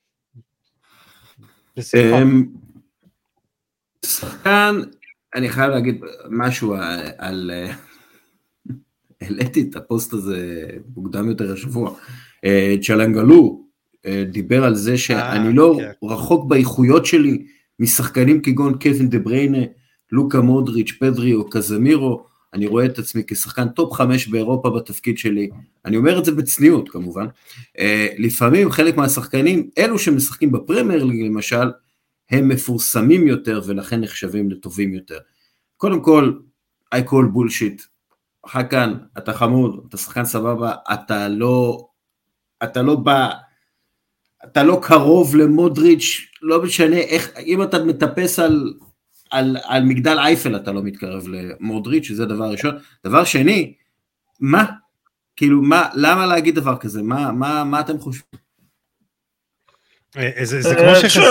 שחקן, אני חייב להגיד משהו על, העליתי את הפוסט הזה מוקדם יותר השבוע, צ'לנגלו דיבר על זה שאני לא רחוק באיכויות שלי משחקנים כגון קווין דה בריינה, לוקה מודריץ', פדרי או קזמירו, אני רואה את עצמי כשחקן טופ חמש באירופה בתפקיד שלי, אני אומר את זה בצניעות כמובן, לפעמים חלק מהשחקנים, אלו שמשחקים בפרמייר ליג למשל, הם מפורסמים יותר ולכן נחשבים לטובים יותר. קודם כל, I call bullshit, חכן, אתה חמוד, אתה שחקן סבבה, אתה לא, אתה לא בא, אתה לא קרוב למודריץ', לא משנה איך, אם אתה מטפס על... על, על מגדל אייפל אתה לא מתקרב למודריץ', שזה דבר ראשון. דבר שני, מה? כאילו, מה, למה להגיד דבר כזה? מה, מה, מה אתם חושבים? זה, זה כמו שחסר...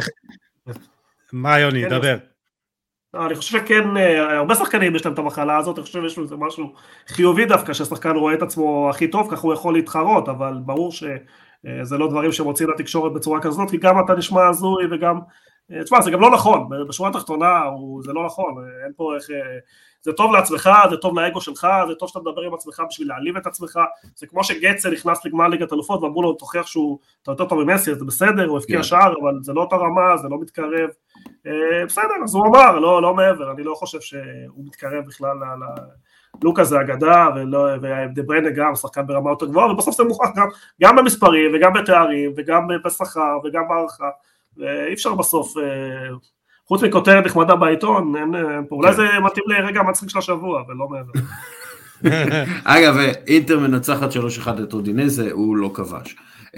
מה יוני, דבר. אני חושב שכן, הרבה שחקנים יש להם את המחלה הזאת, אני חושב שיש משהו חיובי דווקא, שהשחקן רואה את עצמו הכי טוב, כך הוא יכול להתחרות, אבל ברור שזה לא דברים שמוצאים לתקשורת בצורה כזאת, כי גם אתה נשמע הזוי וגם... תשמע, זה גם לא נכון, בשורה התחתונה זה לא נכון, אין פה איך, זה טוב לעצמך, זה טוב לאגו שלך, זה טוב שאתה מדבר עם עצמך בשביל להעליב את עצמך, זה כמו שגצה נכנס לגמר ליגת אלופות, ואמרו לו, תוכיח שהוא, אתה יותר טוב ממסי, זה בסדר, הוא הפקיע שער, אבל זה לא אותה רמה, זה לא מתקרב, בסדר, אז הוא אמר, לא, לא מעבר, אני לא חושב שהוא מתקרב בכלל לוקה זה אגדה, ודה בריינה גם, שחקן ברמה יותר גבוהה, ובסוף זה מוכח גם, גם במספרים, וגם בתארים, וגם בשכר, וגם בערכה, ואי אפשר בסוף, חוץ מכותרת נחמדה בעיתון, אולי זה מתאים לרגע המצחיק של השבוע, ולא מעבר. אגב, אינטר מנצחת שלוש אחת את אודינזה, הוא לא כבש.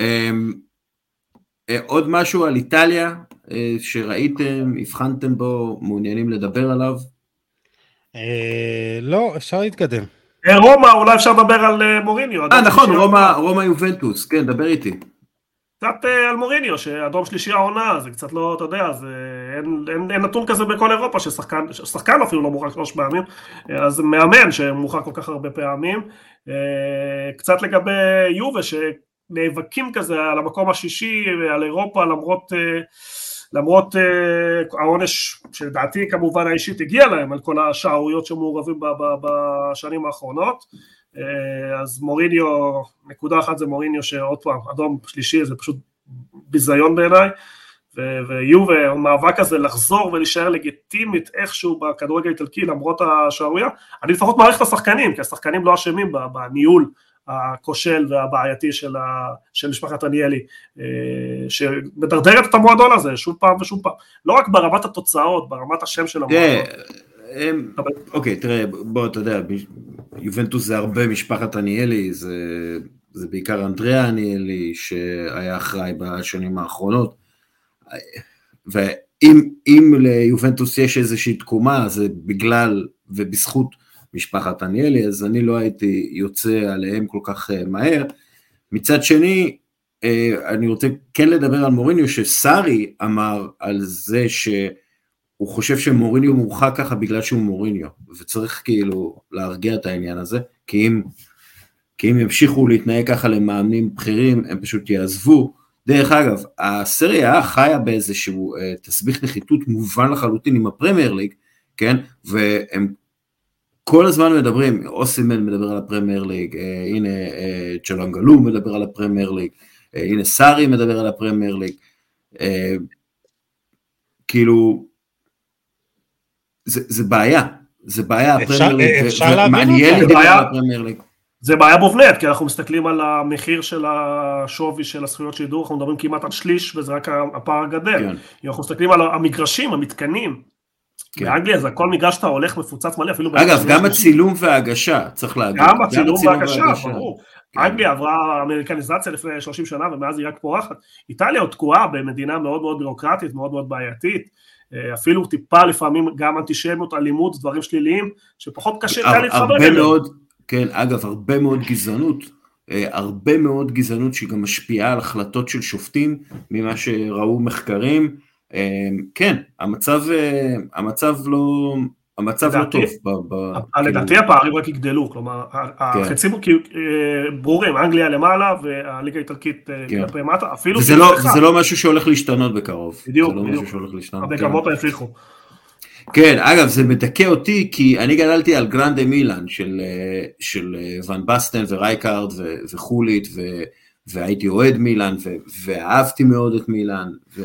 עוד משהו על איטליה, שראיתם, הבחנתם בו, מעוניינים לדבר עליו? לא, אפשר להתקדם. רומא, אולי אפשר לדבר על מוריניו. אה, נכון, רומא יובנטוס, כן, דבר איתי. קצת על מוריניו, שאדום שלישי העונה, זה קצת לא, אתה יודע, זה, אין, אין, אין נתון כזה בכל אירופה, ששחקן, ששחקן אפילו לא מורחק שלוש פעמים, אז מאמן שמורחק כל כך הרבה פעמים, קצת לגבי יובה, שנאבקים כזה על המקום השישי, על אירופה, למרות, למרות העונש, שלדעתי כמובן האישית הגיע להם, על כל השערויות שמעורבים בשנים האחרונות, אז מוריניו, נקודה אחת זה מוריניו שעוד פעם, אדום שלישי זה פשוט ביזיון בעיניי, ויובה, המאבק הזה לחזור ולהישאר לגיטימית איכשהו בכדורגל האיטלקי למרות השערויה, אני לפחות מעריך את השחקנים, כי השחקנים לא אשמים בניהול הכושל והבעייתי של, ה, של משפחת עניאלי, שמדרדרת את המועדון הזה שוב פעם ושוב פעם, לא רק ברמת התוצאות, ברמת השם של המועדון. אוקיי, תראה, בוא, אתה יודע, יובנטוס זה הרבה משפחת עניאלי, זה, זה בעיקר אנדריאה עניאלי, שהיה אחראי בשנים האחרונות, ואם ליובנטוס יש איזושהי תקומה, זה בגלל ובזכות משפחת עניאלי, אז אני לא הייתי יוצא עליהם כל כך מהר. מצד שני, אני רוצה כן לדבר על מוריניו, שסארי אמר על זה שהוא חושב שמוריניו מורחק ככה בגלל שהוא מוריניו, וצריך כאילו להרגיע את העניין הזה, כי אם, כי אם ימשיכו להתנהג ככה למאמנים בכירים, הם פשוט יעזבו. דרך אגב, הסריה חיה באיזשהו תסביך נחיתות מובן לחלוטין עם הפרמייר ליג, כן, והם כל הזמן מדברים, אוסימן מדבר על הפרמייר ליג, הנה צ'לנגלו מדבר על הפרמייר ליג, הנה סארי מדבר על הפרמייר ליג, כאילו, זה, זה בעיה, זה בעיה, אפשר, אפשר ומעניין לדבר על הפרמייר ליג. זה בעיה מובנית, כי אנחנו מסתכלים על המחיר של השווי של הזכויות שידור, אנחנו מדברים כמעט על שליש, וזה רק הפער הגדל. כן. אם אנחנו מסתכלים על המגרשים, המתקנים, כן. באנגליה זה הכל מגרש שאתה הולך מפוצץ מלא, אפילו... אגב, גם הצילום וההגשה, צריך להגיד. גם הצילום וההגשה, ברור. אנגליה עברה אמריקניזציה לפני שלושים שנה, ומאז היא רק פורחת. איטליה עוד תקועה במדינה מאוד מאוד בירוקרטית, מאוד מאוד בעייתית, אפילו טיפה לפעמים גם אנטישמיות, אלימות, דברים שליליים, שפחות קשה להתחבר אליהם. כן, אגב, הרבה מאוד גזענות, הרבה מאוד גזענות שהיא גם משפיעה על החלטות של שופטים, ממה שראו מחקרים, כן, המצב, המצב לא, המצב לא טוב. לדעתי הפערים רק יגדלו, כלומר, החצים ברורים, אנגליה למעלה, והליגה האיטלקית כלפי מטה, אפילו... וזה לא משהו שהולך להשתנות בקרוב. בדיוק, בדיוק. המגמות ההפריחו. כן, אגב, זה מדכא אותי, כי אני גדלתי על גרנדה מילאן, של, של ון בסטן ורייקארד ו, וחולית, ו, והייתי אוהד מילאן, ו, ואהבתי מאוד את מילאן, ו,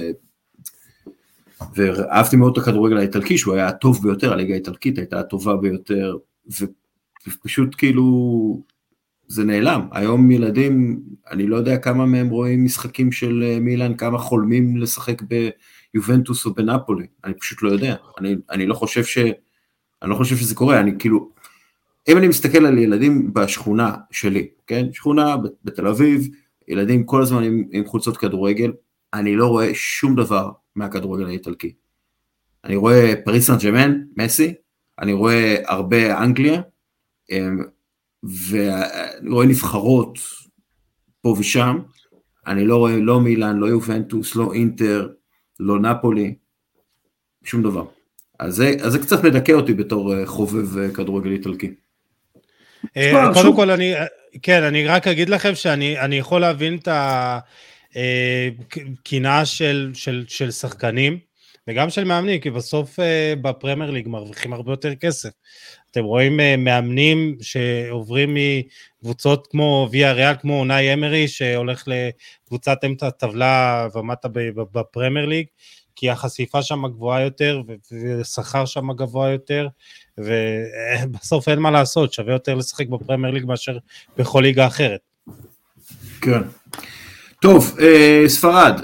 ואהבתי מאוד את הכדורגל האיטלקי, שהוא היה הטוב ביותר, הליגה האיטלקית הייתה הטובה ביותר, ופשוט כאילו, זה נעלם. היום ילדים, אני לא יודע כמה מהם רואים משחקים של מילאן, כמה חולמים לשחק ב... יובנטוס או בנאפולי, אני פשוט לא יודע, אני, אני לא חושב ש, אני לא חושב שזה קורה, אני כאילו, אם אני מסתכל על ילדים בשכונה שלי, כן, שכונה בתל אביב, ילדים כל הזמן עם, עם חולצות כדורגל, אני לא רואה שום דבר מהכדורגל האיטלקי, אני רואה פריס סן ז'רמן, מסי, אני רואה הרבה אנגליה, ואני רואה נבחרות פה ושם, אני לא רואה לא מילאן, לא יובנטוס, לא אינטר, לא נאפולי, שום דבר. אז זה, אז זה קצת מדכא אותי בתור חובב כדורגל איטלקי. קודם כל, אני, כן, אני רק אגיד לכם שאני אני יכול להבין את הקנאה של, של, של שחקנים, וגם של מאמנים, כי בסוף בפרמייר ליג מרוויחים הרבה יותר כסף. אתם רואים מאמנים שעוברים מקבוצות כמו ויה ריאל, כמו אונאי אמרי, שהולך לקבוצת אמצע הטבלה ומטה בפרמייר ליג, כי החשיפה שם גבוהה יותר, ושכר שם גבוה יותר, ובסוף אין מה לעשות, שווה יותר לשחק בפרמייר ליג מאשר בכל ליגה אחרת. כן. טוב, ספרד.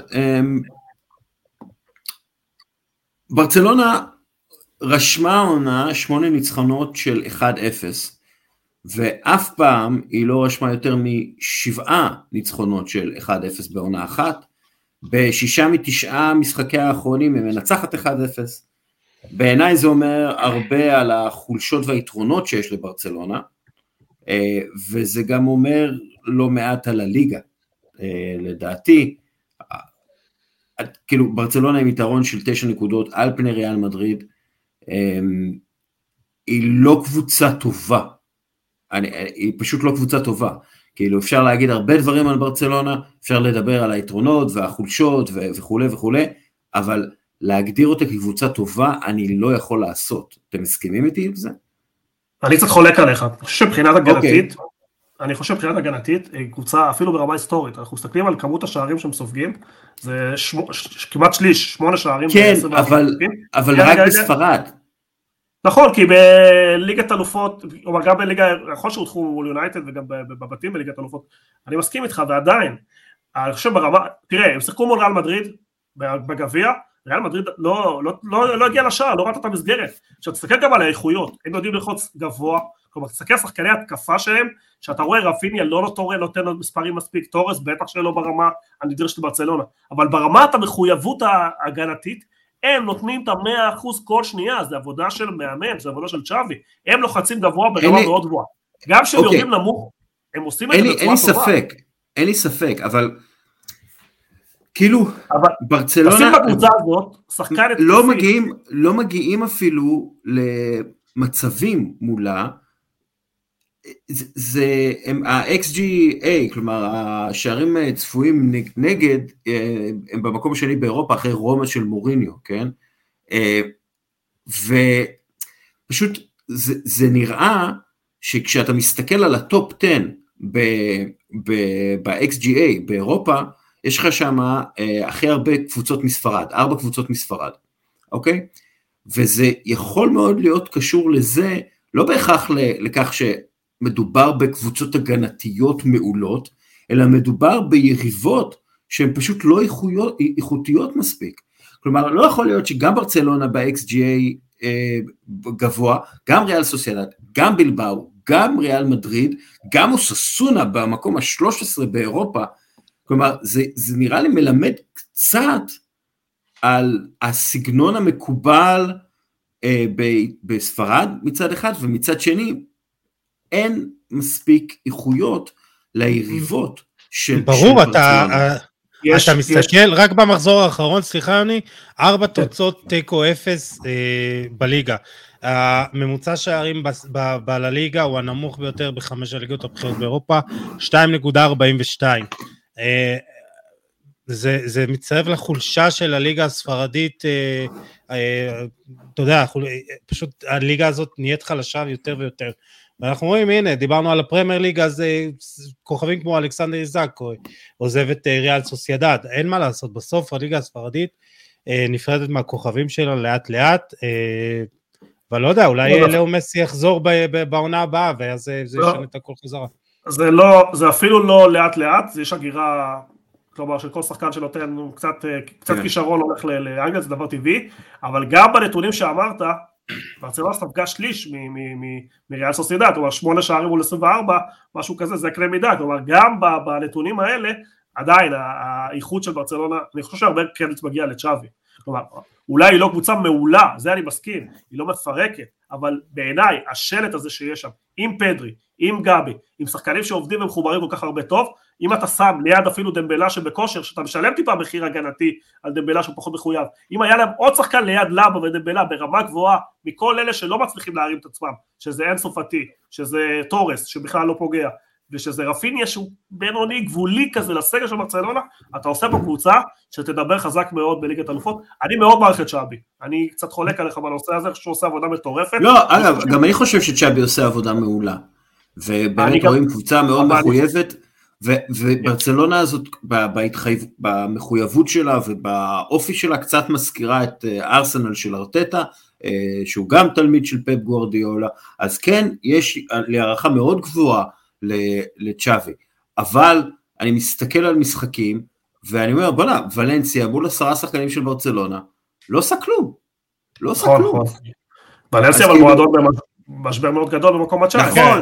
ברצלונה רשמה עונה שמונה ניצחונות של אחד אפס, ואף פעם היא לא רשמה יותר משבעה ניצחונות של אחד אפס בעונה אחת, בשישה מתשעה משחקי האחרונים היא מנצחת אחד אפס, בעיניי זה אומר הרבה על החולשות והיתרונות שיש לברצלונה, וזה גם אומר לא מעט על הליגה, לדעתי, כאילו ברצלונה עם יתרון של תשע נקודות על פני ריאל מדריד, היא לא קבוצה טובה, אני, היא פשוט לא קבוצה טובה, כאילו אפשר להגיד הרבה דברים על ברצלונה, אפשר לדבר על היתרונות והחולשות וכו' וכו', אבל להגדיר אותה כקבוצה טובה, אני לא יכול לעשות. אתם מסכימים איתי עם זה? אני קצת חולק עליך, אני חושב מבחינת הגנתית, okay. אני חושב מבחינת הגנתית, היא קבוצה אפילו ברמה היסטורית, אנחנו מסתכלים על כמות השערים שהם סופגים, זה שמו, ש, כמעט שליש, שמונה שערים. כן, אבל, אבל רק בספרד. נכון, כי בליגת אלופות, או גם בליגה, יכול שהותחו מול יונייטד וגם בבתים בליגת אלופות, אני מסכים איתך, ועדיין, אני חושב ברמה, תראה, הם שיחקו מול ריאל מדריד, בגביע, ריאל מדריד לא, לא, לא, לא הגיע לשער, לא ראית את המסגרת, עכשיו תסתכל גם על האיכויות, הם יודעים לחוץ גבוה, כלומר תסתכל על שחקני התקפה שלהם, שאתה רואה רפיניה לא נותן, נותן לו מספרים מספיק, תורס בטח שלא ברמה הנדרשת של ברצלונה, אבל ברמת המחויבות ההגנתית, הם נותנים את המאה אחוז כל שנייה, זה עבודה של מאמן, זה עבודה של צ'אבי, הם לוחצים גבוה ברמה מאוד גבוהה, גם כשהם יורדים נמוך, הם עושים את זה בצורה טובה. אין לי ספק, אין לי ספק, אבל כאילו, ברצלונה... עושים בקבוצה הזאת, שחקן את לא מגיעים, לא מגיעים אפילו למצבים מולה, זה, זה ה-אקס ג'י איי, כלומר, השערים צפויים נגד, הם במקום השני באירופה, אחרי רומא של מוריניו, כן? ופשוט זה, זה נראה שכשאתה מסתכל על הטופ עשר ב-אקס ג'י איי באירופה, יש לך שם הכי הרבה קבוצות מספרד, ארבע קבוצות מספרד, אוקיי? וזה יכול מאוד להיות קשור לזה, לא בהכרח לכך שמדובר בקבוצות הגנתיות מעולות, אלא מדובר ביריבות שהן פשוט לא איכויות, איכותיות מספיק. כלומר, לא יכול להיות שגם ברצלונה ב-אקס ג'י איי אה, גבוה, גם ריאל סוסיידד, גם בילבאו, גם ריאל מדריד, גם אוססונה במקום ה-שלוש עשרה באירופה, כלומר, זה, זה נראה לי מלמד קצת על הסגנון המקובל אה, ב, בספרד מצד אחד, ומצד שני, אין מספיק איכויות ליריבות של ברור, של אתה, יש, אתה מסתכל, יש. רק במחזור האחרון, סליחה יוני, ארבע תוצאות תיקו אפס אה, בליגה. הממוצע שערים בליגה הוא הנמוך ביותר בחמש הליגות הבכירות באירופה, שתיים נקודה ארבעים ושתיים. זה, זה מצטרף לחולשה של הליגה הספרדית, אתה יודע, פשוט הליגה הזאת נהיית חלשה יותר ויותר, ואנחנו רואים, הנה, דיברנו על הפרמייר ליג, אז כוכבים כמו אלכסנדר איזק, עוזב את ריאל סוסיידד, אין מה לעשות, בסוף הליגה הספרדית נפרדת מהכוכבים שלה לאט לאט, אבל לא יודע, אולי לאו מסי יחזור בעונה הבאה, ואז זה ישנה את הכל חזרה. זה לא, זה אפילו לא לאט לאט, זה יש הגירה, כלומר של כל שחקן שנותן קצת, קצת כישרון הולך לאנגליה, זה דבר טבעי, אבל גם בנתונים שאמרת, ברצלונה ספגה שליש מריאל סוסיידד, כלומר שמונה שערים מול עשרים וארבע, משהו כזה, זה קנה מידה, כלומר גם בנתונים האלה, עדיין האיכות של ברצלונה, אני חושב שהרבה קרדיט מגיע לצ'אבי, כלומר, אולי היא לא קבוצה מעולה, זה אני מסכים, היא לא מפרקת, אבל בעיניי השלט הזה שיש שם, עם פדרי, עם גבי, עם שחקנים שעובדים ומחוברים כל כך הרבה טוב, אם אתה שם ליד אפילו דמבלה שבכושר, שאתה משלם טיפה מחיר הגנתי על דמבלה שהוא פחות מחויב, אם היה להם עוד שחקן ליד לבה ודמבלה ברמה גבוהה, מכל אלה שלא מצליחים להרים את עצמם, שזה אינסופתי, שזה טורס, שבכלל לא פוגע, ושזה רפיניה שהוא בינוני גבולי כזה לסגל של ברצלונה, אתה עושה פה קבוצה שתדבר חזק מאוד בליגת אלופות, אני מאוד מעריך את צ'אבי, אני קצת חולק עליך בנושא הזה, שהוא עושה עבודה מטורפת. לא, אגב, גם אני חושב שצ'אבי עושה עבודה מעולה, ובאמת רואים קבוצה מאוד מחויבת, וברצלונה הזאת במחויבות שלה ובאופי שלה קצת מזכירה את ארסנל של ארטטה, שהוא גם תלמיד של פפ גוארדיולה, אז כן, יש לי הערכה מאוד גבוהה לצ'אבי, אבל אני מסתכל על משחקים, ואני אומר, בוא'נה, ולנסיה מול עשרה שחקנים של ברצלונה, לא עושה כלום, לא עושה כלום. ולנסיה אבל מועדון משבר מאוד גדול במקום ה-תשע עשרה.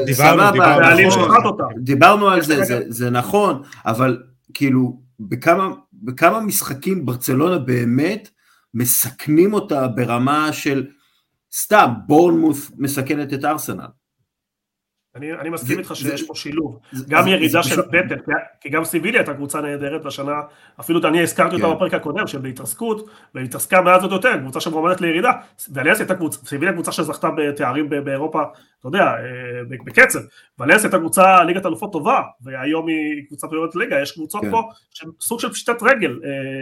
נכון, דיברנו על זה, זה נכון, אבל כאילו, בכמה משחקים ברצלונה באמת מסכנים אותה ברמה של, סתם, בורנמות' מסכנת את ארסנל. אני, אני מסכים איתך שיש פה שילוב, גם ירידה של פטר, כי גם סיביליה הייתה קבוצה נהדרת בשנה, אפילו אני הזכרתי אותה בפרק הקודם, של בהתרסקות, והתרסקה מאז עוד יותר, קבוצה שמועמדת לירידה, ולנסיה הייתה קבוצה, סיביליה קבוצה שזכתה בתארים באירופה, אתה יודע, בקצב, ולנסיה הייתה קבוצה ליגת אלופות טובה, והיום היא קבוצה פריורית ליגה, יש קבוצות פה, סוג של פשיטת רגל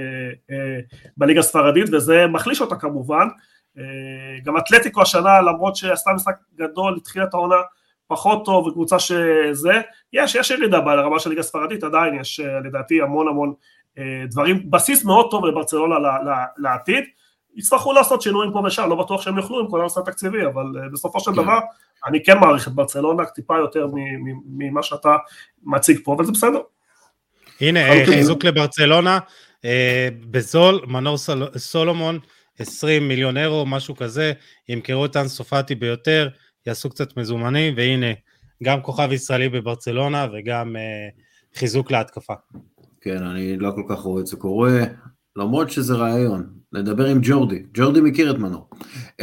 בליגה הספרדית, וזה מחליש אותה כמובן, גם אתלטיקו השנה, למרות שעשתה משחק גדול, התחילה את העונה פחות טוב, וקבוצה שזה, יש, יש ירידה ברמה של ליגה ספרדית, עדיין יש לדעתי המון המון דברים, בסיס מאוד טוב לברצלונה לעתיד, יצטרכו לעשות שינויים פה ושם, לא בטוח שהם יוכלו עם כל הנושא התקציבי, אבל בסופו של דבר, אני כן מעריך את ברצלונה, טיפה יותר ממה שאתה מציג פה, אבל זה בסדר. הנה, חיזוק לברצלונה, בזול, מנור סולומון, עשרים מיליון אירו, משהו כזה, ימכרו את אנסופטי ביותר, יעשו קצת מזומנים, והנה, גם כוכב ישראלי בברצלונה, וגם uh, חיזוק להתקפה. כן, אני לא כל כך רואה את זה קורה, למרות שזה רעיון, לדבר עם ג'ורדי, ג'ורדי מכיר את מנור.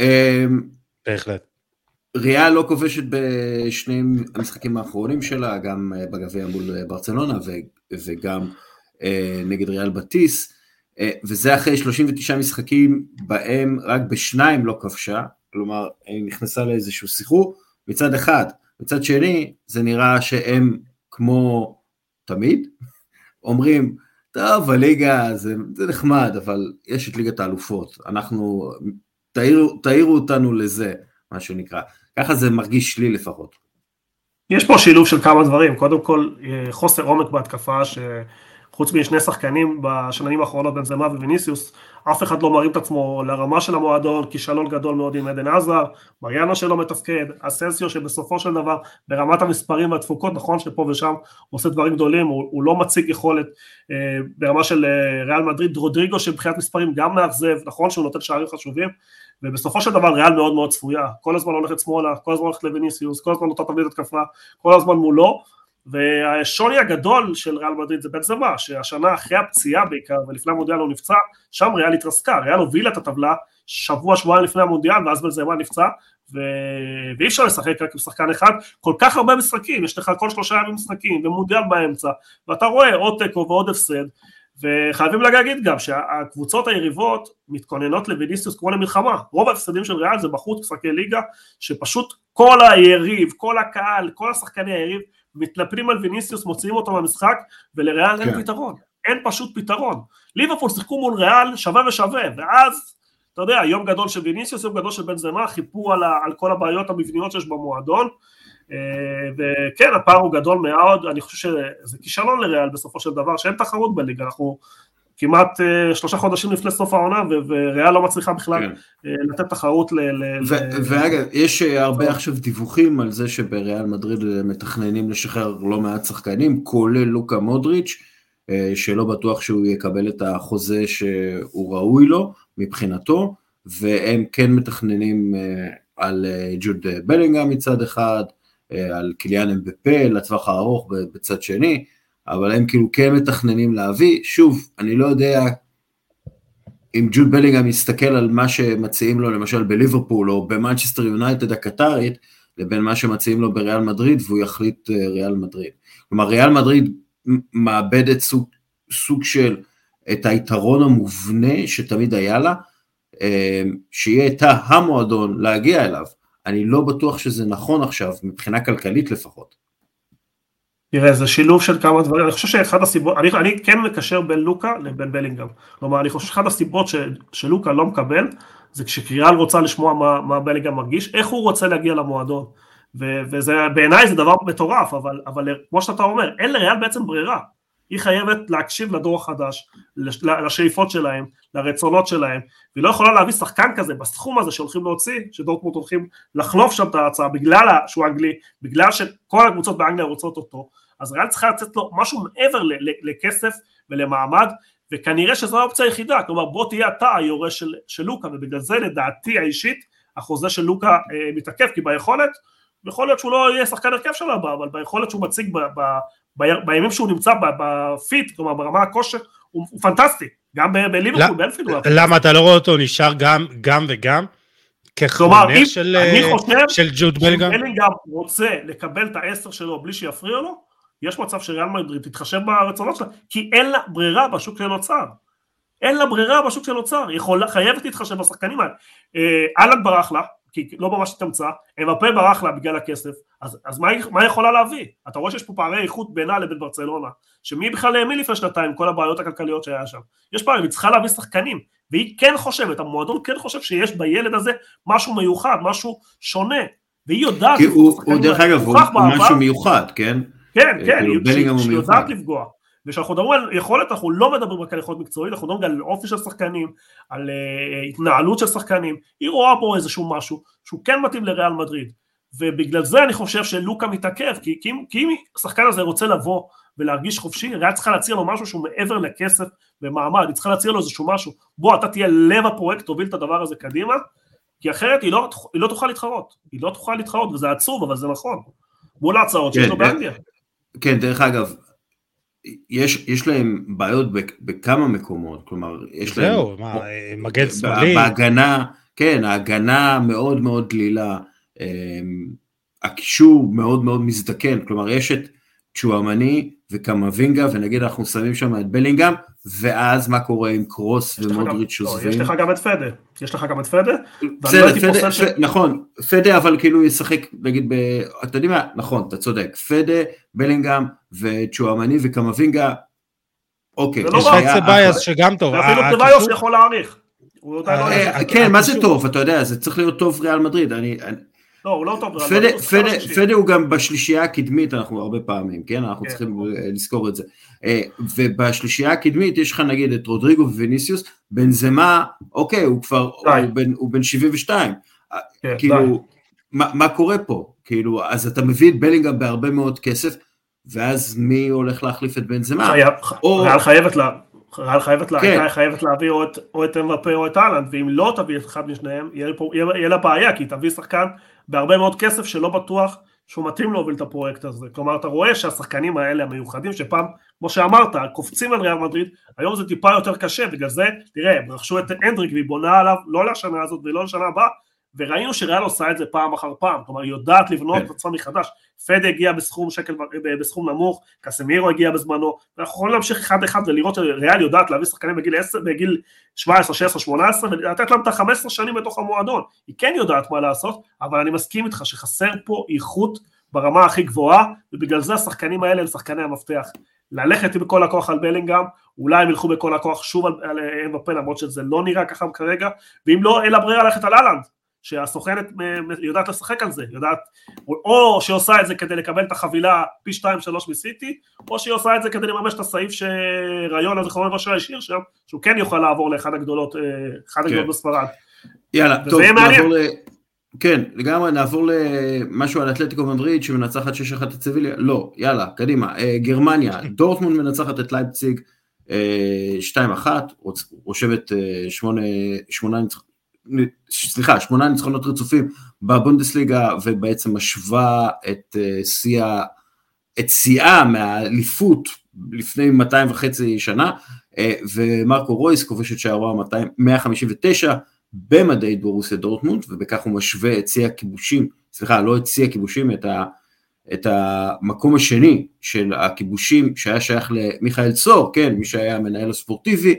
בהחלט. ריאל לא כובשת בשני המשחקים האחרונים שלה, גם בגביע מול ברצלונה, ו- וגם נגד ריאל בטיס, וזה אחרי שלושים ותשעה משחקים, בהם רק בשניים לא כבשה, כלומר, היא נכנסה לאיזשהו שיחור, מצד אחד, מצד שני, זה נראה שהם כמו תמיד, אומרים, טוב, הליגה זה, זה נחמד, אבל יש את ליגת האלופות, אנחנו, תאירו, תאירו אותנו לזה, מה שנקרא, ככה זה מרגיש לי לפחות. יש פה שילוב של כמה דברים, קודם כל חוסר עומק בהתקפה, שחוץ משני שחקנים בשנים האחרונות בנזמה וויניסיוס, אף אחד לא מרים את עצמו לרמה של המועדון, כישלון גדול מאוד עם עדן עזר, מריאנו שלא מתפקד, אסנסיו שבסופו של דבר ברמת המספרים והתפוקות, נכון שפה ושם עושה דברים גדולים, הוא, הוא לא מציג יכולת אה, ברמה של אה, ריאל מדריד, רודריגו שבחיית מספרים גם מאכזב, נכון שהוא נותן שערים חשובים, ובסופו של דבר ריאל מאוד מאוד צפויה, כל הזמן הולכת שמאלה, כל הזמן הולכת לויניסיוס, כל הזמן אותה תבנית התקפה, כל הזמן מולו, והשוני הגדול של ריאל מדריד זה בנזמה, שהשנה אחרי הפציעה בעיקר, ולפני המונדיאל הוא נפצע, שם ריאל התרסקה, ריאל הובילה את הטבלה, שבוע, שבועיים לפני המונדיאל, ואז בנזמה נפצע, ו... ואי אפשר לשחק רק עם שחקן אחד, כל כך הרבה משחקים, יש לך כל שלושה ימים משחקים, ומונדיאל באמצע, ואתה רואה עוד תיקו ועוד הפסד, וחייבים להגיד גם שהקבוצות היריבות מתכוננות לויניסיוס כמו למלחמה, רוב ההפסדים של ריאל זה בחוץ משחקי ליגה, שפשוט כל היריב, כל הקהל, כל השחקני היריב, מתלפנים על ויניסיוס, מוציאים אותו מהמשחק, ולריאל אין פתרון, אין פשוט פתרון. ליברפול שיחקו מול ריאל שווה ושווה, ואז, אתה יודע, יום גדול של ויניסיוס, יום גדול של בנזמה, חיפו על, ה, על כל הבעיות המבניות שיש במועדון, וכן, הפער הוא גדול מאוד, אני חושב שזה כישלון לריאל בסופו של דבר, שאין תחרות בליגה, אנחנו כמעט שלושה חודשים לפני סוף העונה, וריאל לא מצליחה בכלל לתת תחרות ל... ואגב, יש הרבה עכשיו דיווחים על זה שבריאל מדריד מתכננים לשחרר לא מעט שחקנים, כולל לוקה מודריץ', שלא בטוח שהוא יקבל את החוזה שהוא ראוי לו מבחינתו, והם כן מתכננים על ג'וד בלינגהאם מצד אחד, על קיליאן אמבפה לטווח הארוך בצד שני, אבל הם כאילו כן מתכננים להביא, שוב, אני לא יודע אם ג'וד בלינגהאם יסתכל על מה שמציעים לו למשל בליברפול או במנצ'סטר יונייטד הקטרית, לבין מה שמציעים לו בריאל מדריד, והוא יחליט ריאל מדריד. כלומר, ריאל מדריד מאבדת סוג, סוג של את היתרון המובנה שתמיד היה לה, שיהיה את המועדון להגיע אליו. אני לא בטוח שזה נכון עכשיו, מבחינה כלכלית לפחות. תראה, זה שילוב של כמה דברים, אני חושב שאחד הסיבות, אני, אני כן מקשר בין לוקה לבין בלינגהאם, כלומר, אני חושב שאחד הסיבות ש, שלוקה לא מקבל, זה כשקריאל רוצה לשמוע מה, מה בלינגהאם מרגיש, איך הוא רוצה להגיע למועדון, ו, וזה, בעיניי זה דבר מטורף, אבל, אבל כמו שאתה אומר, אין לריאל בעצם ברירה, היא חייבת להקשיב לדור החדש, לשאיפות שלהם, לרצונות שלהם, והיא לא יכולה להביא שחקן כזה, בסכום הזה שהולכים להוציא, שדורטמונד הולכים לחלוף שם את ההצעה, בגלל שהוא אנגלי, בגלל שכל הקבוצות באנגליה רוצות אותו, אז ריאל צריכה לצאת לו משהו מעבר לכסף ולמעמד, וכנראה שזו האופציה היחידה, כלומר בוא תהיה אתה היורש של, של לוקה, ובגלל זה לדעתי האישית, החוזה של לוקה אה, מתעכב, כי ביכולת, יכול להיות שהוא לא יהיה שחקן הרכב שלו הבא, אבל ביכולת שהוא מציג ב, ב, ב, בימים שהוא נמצא בפיט, כלומר ברמה הכושר, הוא, הוא פנטסטי, גם בליברפול, באנפילד. למה אתה לא רואה אותו נשאר גם, גם וגם? כחונך של, של ג'וד בלינגהאם? אם בלינגהאם רוצה לקבל את העשר שלו בלי שיפריע לו, יש מצב שריאל מדריד תתחשב ברצונות שלה, כי אין לה ברירה בשוק שנוצר. אין לה ברירה בשוק שנוצר, היא חייבת להתחשב בשחקנים האלה. אלן ברח לה, כי לא ממש תמצא, אמבפה ברח לה בגלל הכסף, אז, אז מה, מה יכולה להביא? אתה רואה שיש פה פערי איכות בינה לבין ברצלונה, שמי בכלל האמין לפני שנתיים, כל הבעיות הכלכליות שהיה שם. יש פעמים, היא צריכה להביא שחקנים, והיא כן חושבת, המועדון כן חושב שיש בילד הזה משהו מיוחד, משהו שונה, והיא יודעת... הוא, הוא דרך אגב, הוא משהו מיוחד, כן? כן, כן, היא יודעת לפגוע. ושאנחנו מדברים על יכולת, אנחנו לא מדברים רק על יכולת מקצועית, אנחנו מדברים על אופי של שחקנים, על uh, התנהלות של שחקנים, היא רואה פה איזשהו משהו, שהוא כן מתאים לריאל מדריד, ובגלל זה אני חושב שלוקה מתעכב, כי, כי, כי אם השחקן הזה רוצה לבוא ולהרגיש חופשי, ריאל צריכה להציע לו משהו שהוא מעבר לכסף ומעמד, היא צריכה להציע לו איזשהו משהו, בוא אתה תהיה לב הפרויקט, תוביל את הדבר הזה קדימה, כי אחרת היא לא, היא לא תוכל להתחרות, היא לא תוכל להתחרות, וזה עצוב, אבל זה נכון, מול ההצעות שיש לו באנגליה. כן, דרך אגב, יש, יש להם בעיות בכמה מקומות, כלומר, יש להם... זהו, מה, מגן שמאלי. בהגנה, כן, ההגנה מאוד מאוד דלילה, הקישור מאוד מאוד מזדקן, כלומר, יש את צ'ואמני וקמבינגה, ונגיד אנחנו שמים שם את בלינגהם, ואז מה קורה עם קרוס ומודריץ' עוזבים? יש לך גם את פדה, יש לך גם את פדה, נכון, פדה אבל כאילו ישחק, נגיד, אתה יודע מה, נכון, אתה צודק, פדה, בלינגהם וצ'ואמני וקמבינגה, אוקיי. יש לך את סבייס שגם טוב. ואפילו סבייס יכול להעריך. כן, מה זה טוב, אתה יודע, זה צריך להיות טוב ריאל מדריד, אני... לא, הוא לא טוב. פדה הוא גם בשלישייה הקדמית, אנחנו הרבה פעמים, כן? אנחנו צריכים לזכור את זה. ובשלישייה הקדמית יש לך נגיד את רודריגו וויניסיוס, בנזמה, אוקיי, הוא כבר, הוא בן שבעים ושתיים. כאילו, מה קורה פה? כאילו, אז אתה מביא את בלינגהם בהרבה מאוד כסף, ואז מי הולך להחליף את בנזמה? ריאל חייבת לה... ריאל חייבת לה, הייתה חייבת להביא או את אמבפה או את אהלנד, ואם לא תביא את אחד משניהם, יהיה לה בעיה, כי תביא שחקן בהרבה מאוד כסף שלא בטוח שהוא מתאים להוביל את הפרויקט הזה. כלומר, אתה רואה שהשחקנים האלה המיוחדים, שפעם, כמו שאמרת, קופצים על ריאל מדריד, היום זה טיפה יותר קשה, בגלל זה, תראה, רכשו את אנדריק, והיא בונה עליו, לא לשנה הזאת ולא לשנה הבאה, וראינו שריאל עושה את זה פעם אחר פעם, כלומר, היא יודעת לבנות את עצמה מחדש. פדה הגיע בסכום שקל, בסכום נמוך, קסמירו הגיע בזמנו, ואנחנו יכולים להמשיך אחד אחד ולראות שריאל יודעת להביא שחקנים בגיל עשר, בגיל שבע עשרה, שש עשרה, שמונה עשרה, ולתת להם את ה-חמש עשרה שנים בתוך המועדון. היא כן יודעת מה לעשות, אבל אני מסכים איתך שחסר פה איכות ברמה הכי גבוהה, ובגלל זה השחקנים האלה הם שחקני המפתח. ללכת בכל הכוח על בלינגהם, אולי הם ילכו בכל הכוח שוב על, על אמבפה, למרות שזה לא נראה ככה כרגע, ואם לא, אלא ברירה ללכת על אהלנד. שהסוכנת יודעת לשחק על זה, יודעת, או שעושה את זה כדי לקבל את החבילה פי שתיים שלוש מסיטי, או שהיא עושה את זה כדי לממש את הסעיף שריון הזיכרון למשל השאיר שם, שהוא כן יוכל לעבור לאחד הגדולות, אחד הגדולות בספרד. יאללה, טוב, נעבור ל... כן, לגמרי, נעבור למשהו על אתלטיקו מדריד שמנצחת שש אחת את סביליה, לא, יאללה, קדימה, גרמניה, דורטמונד מנצחת את לייפציג שתיים אחת, רושבת שמונה ניצחונות, סליחה, שמונה ניצחונות רצופים בבונדסליגה, ובעצם משווה את שיאה, את שיאה מהאליפות לפני מאתיים וחצי שנה, ומרקו רויס כובש את שערו מאה חמישים ותשע במדי בורוסיה דורטמונד, ובכך הוא משווה את שיא הכיבושים, סליחה, לא את שיא הכיבושים, את, ה, את המקום השני של הכיבושים שהיה שייך למיכאל צור, כן, מי שהיה המנהל הספורטיבי,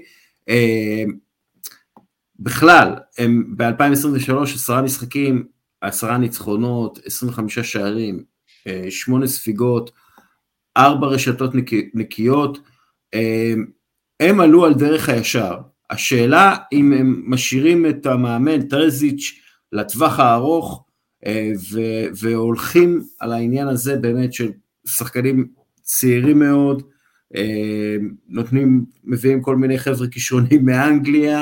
בכלל, הם ב-אלפיים עשרים ושלוש, עשרה משחקים, עשרה ניצחונות, עשרים וחמישה שערים, שמונה ספיגות, ארבע רשתות נקיות, הם עלו על דרך הישר. השאלה אם הם משאירים את המאמן טרזיץ' לטווח הארוך, והולכים על העניין הזה באמת של שחקנים צעירים מאוד, נותנים, מביאים כל מיני חבר'ה כישרונים מאנגליה,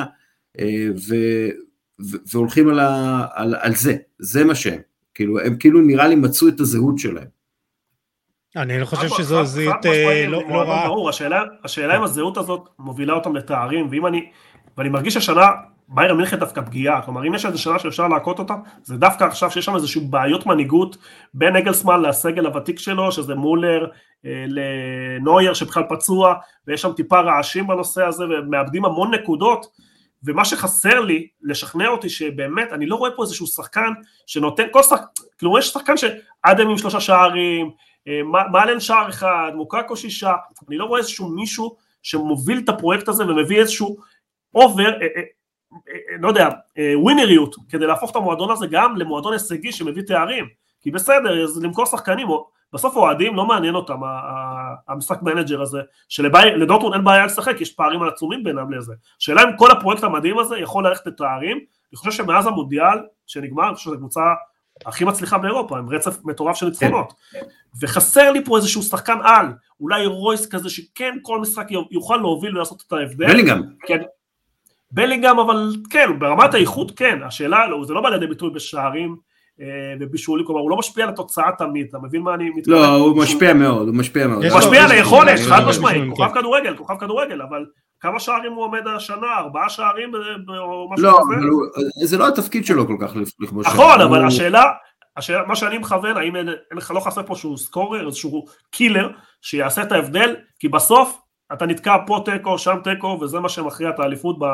ו- ו- והולכים על, ה- על, על זה, זה מה שהם, כאילו, הם כאילו נראה לי מצאו את הזהות שלהם. אני לא חושב שזו זהות לא רעה. ברור, השאלה אם הזהות הזאת מובילה אותם לתארים, ואם אני, ואני מרגיש השנה, ביירן מינכן דווקא פגיעה, כלומר אם יש איזו שנה שאפשר להכות אותה, זה דווקא עכשיו שיש שם איזושהי בעיות מנהיגות, בין אגלסמן לסגל הוותיק שלו, שזה מולר, לנויר שבכלל פצוע, ויש שם טיפה רעשים בנושא הזה, ומאבדים המון נקודות, ומה שחסר לי, לשכנע אותי שבאמת, אני לא רואה פה איזשהו שחקן, שנותן, כל שחקן, כלומר יש שחקן שאדם עם שלושה שערים, מעלן שער אחד, מוקקו שישה, אני לא רואה איזשהו מישהו, שמוביל את הפרויקט הזה, ומביא איזשהו אובר, לא יודע, ווינריות, כדי להפוך את המועדון הזה, גם למועדון הישגי שמביא תארים, כי בסדר, אז למכור שחקנים, בסוף אוהדים לא מעניין אותם, המשחק מנג'ר הזה, שלדורטמונד אין בעיה לשחק, יש פערים עצומים בינם לזה. שאלה אם כל הפרויקט המדהים הזה יכול ללכת לתארים, אני חושב שמאז המונדיאל שנגמר, אני חושב שזו קבוצה הכי מצליחה באירופה, עם רצף מטורף של ניצחונות. וחסר לי פה איזשהו שחקן על, אולי רויס כזה שכן כל משחק יוכל להוביל ולעשות את ההבדל. בלינגהם. כן, בלינגהם, אבל כן, ברמת האיכות כן, השאלה, זה לא בא לידי ביטוי בשערים, ובישולים, כלומר, הוא לא משפיע על התוצאה תמיד, אתה מבין מה אני מתכוון? לא, הוא משפיע מאוד, הוא משפיע מאוד. הוא משפיע על היכולת, חד משמעית, כוכב כדורגל, כוכב כדורגל, אבל כמה שערים הוא עומד השנה, ארבעה שערים או משהו כזה? לא, זה לא התפקיד שלו כל כך לכבוש. נכון, אבל השאלה, מה שאני מכוון, האם אין לך לא חסר פה שהוא סקורר, איזשהו קילר, שיעשה את ההבדל, כי בסוף אתה נתקע פה טקו, שם טקו, וזה מה שמכריע את האליפות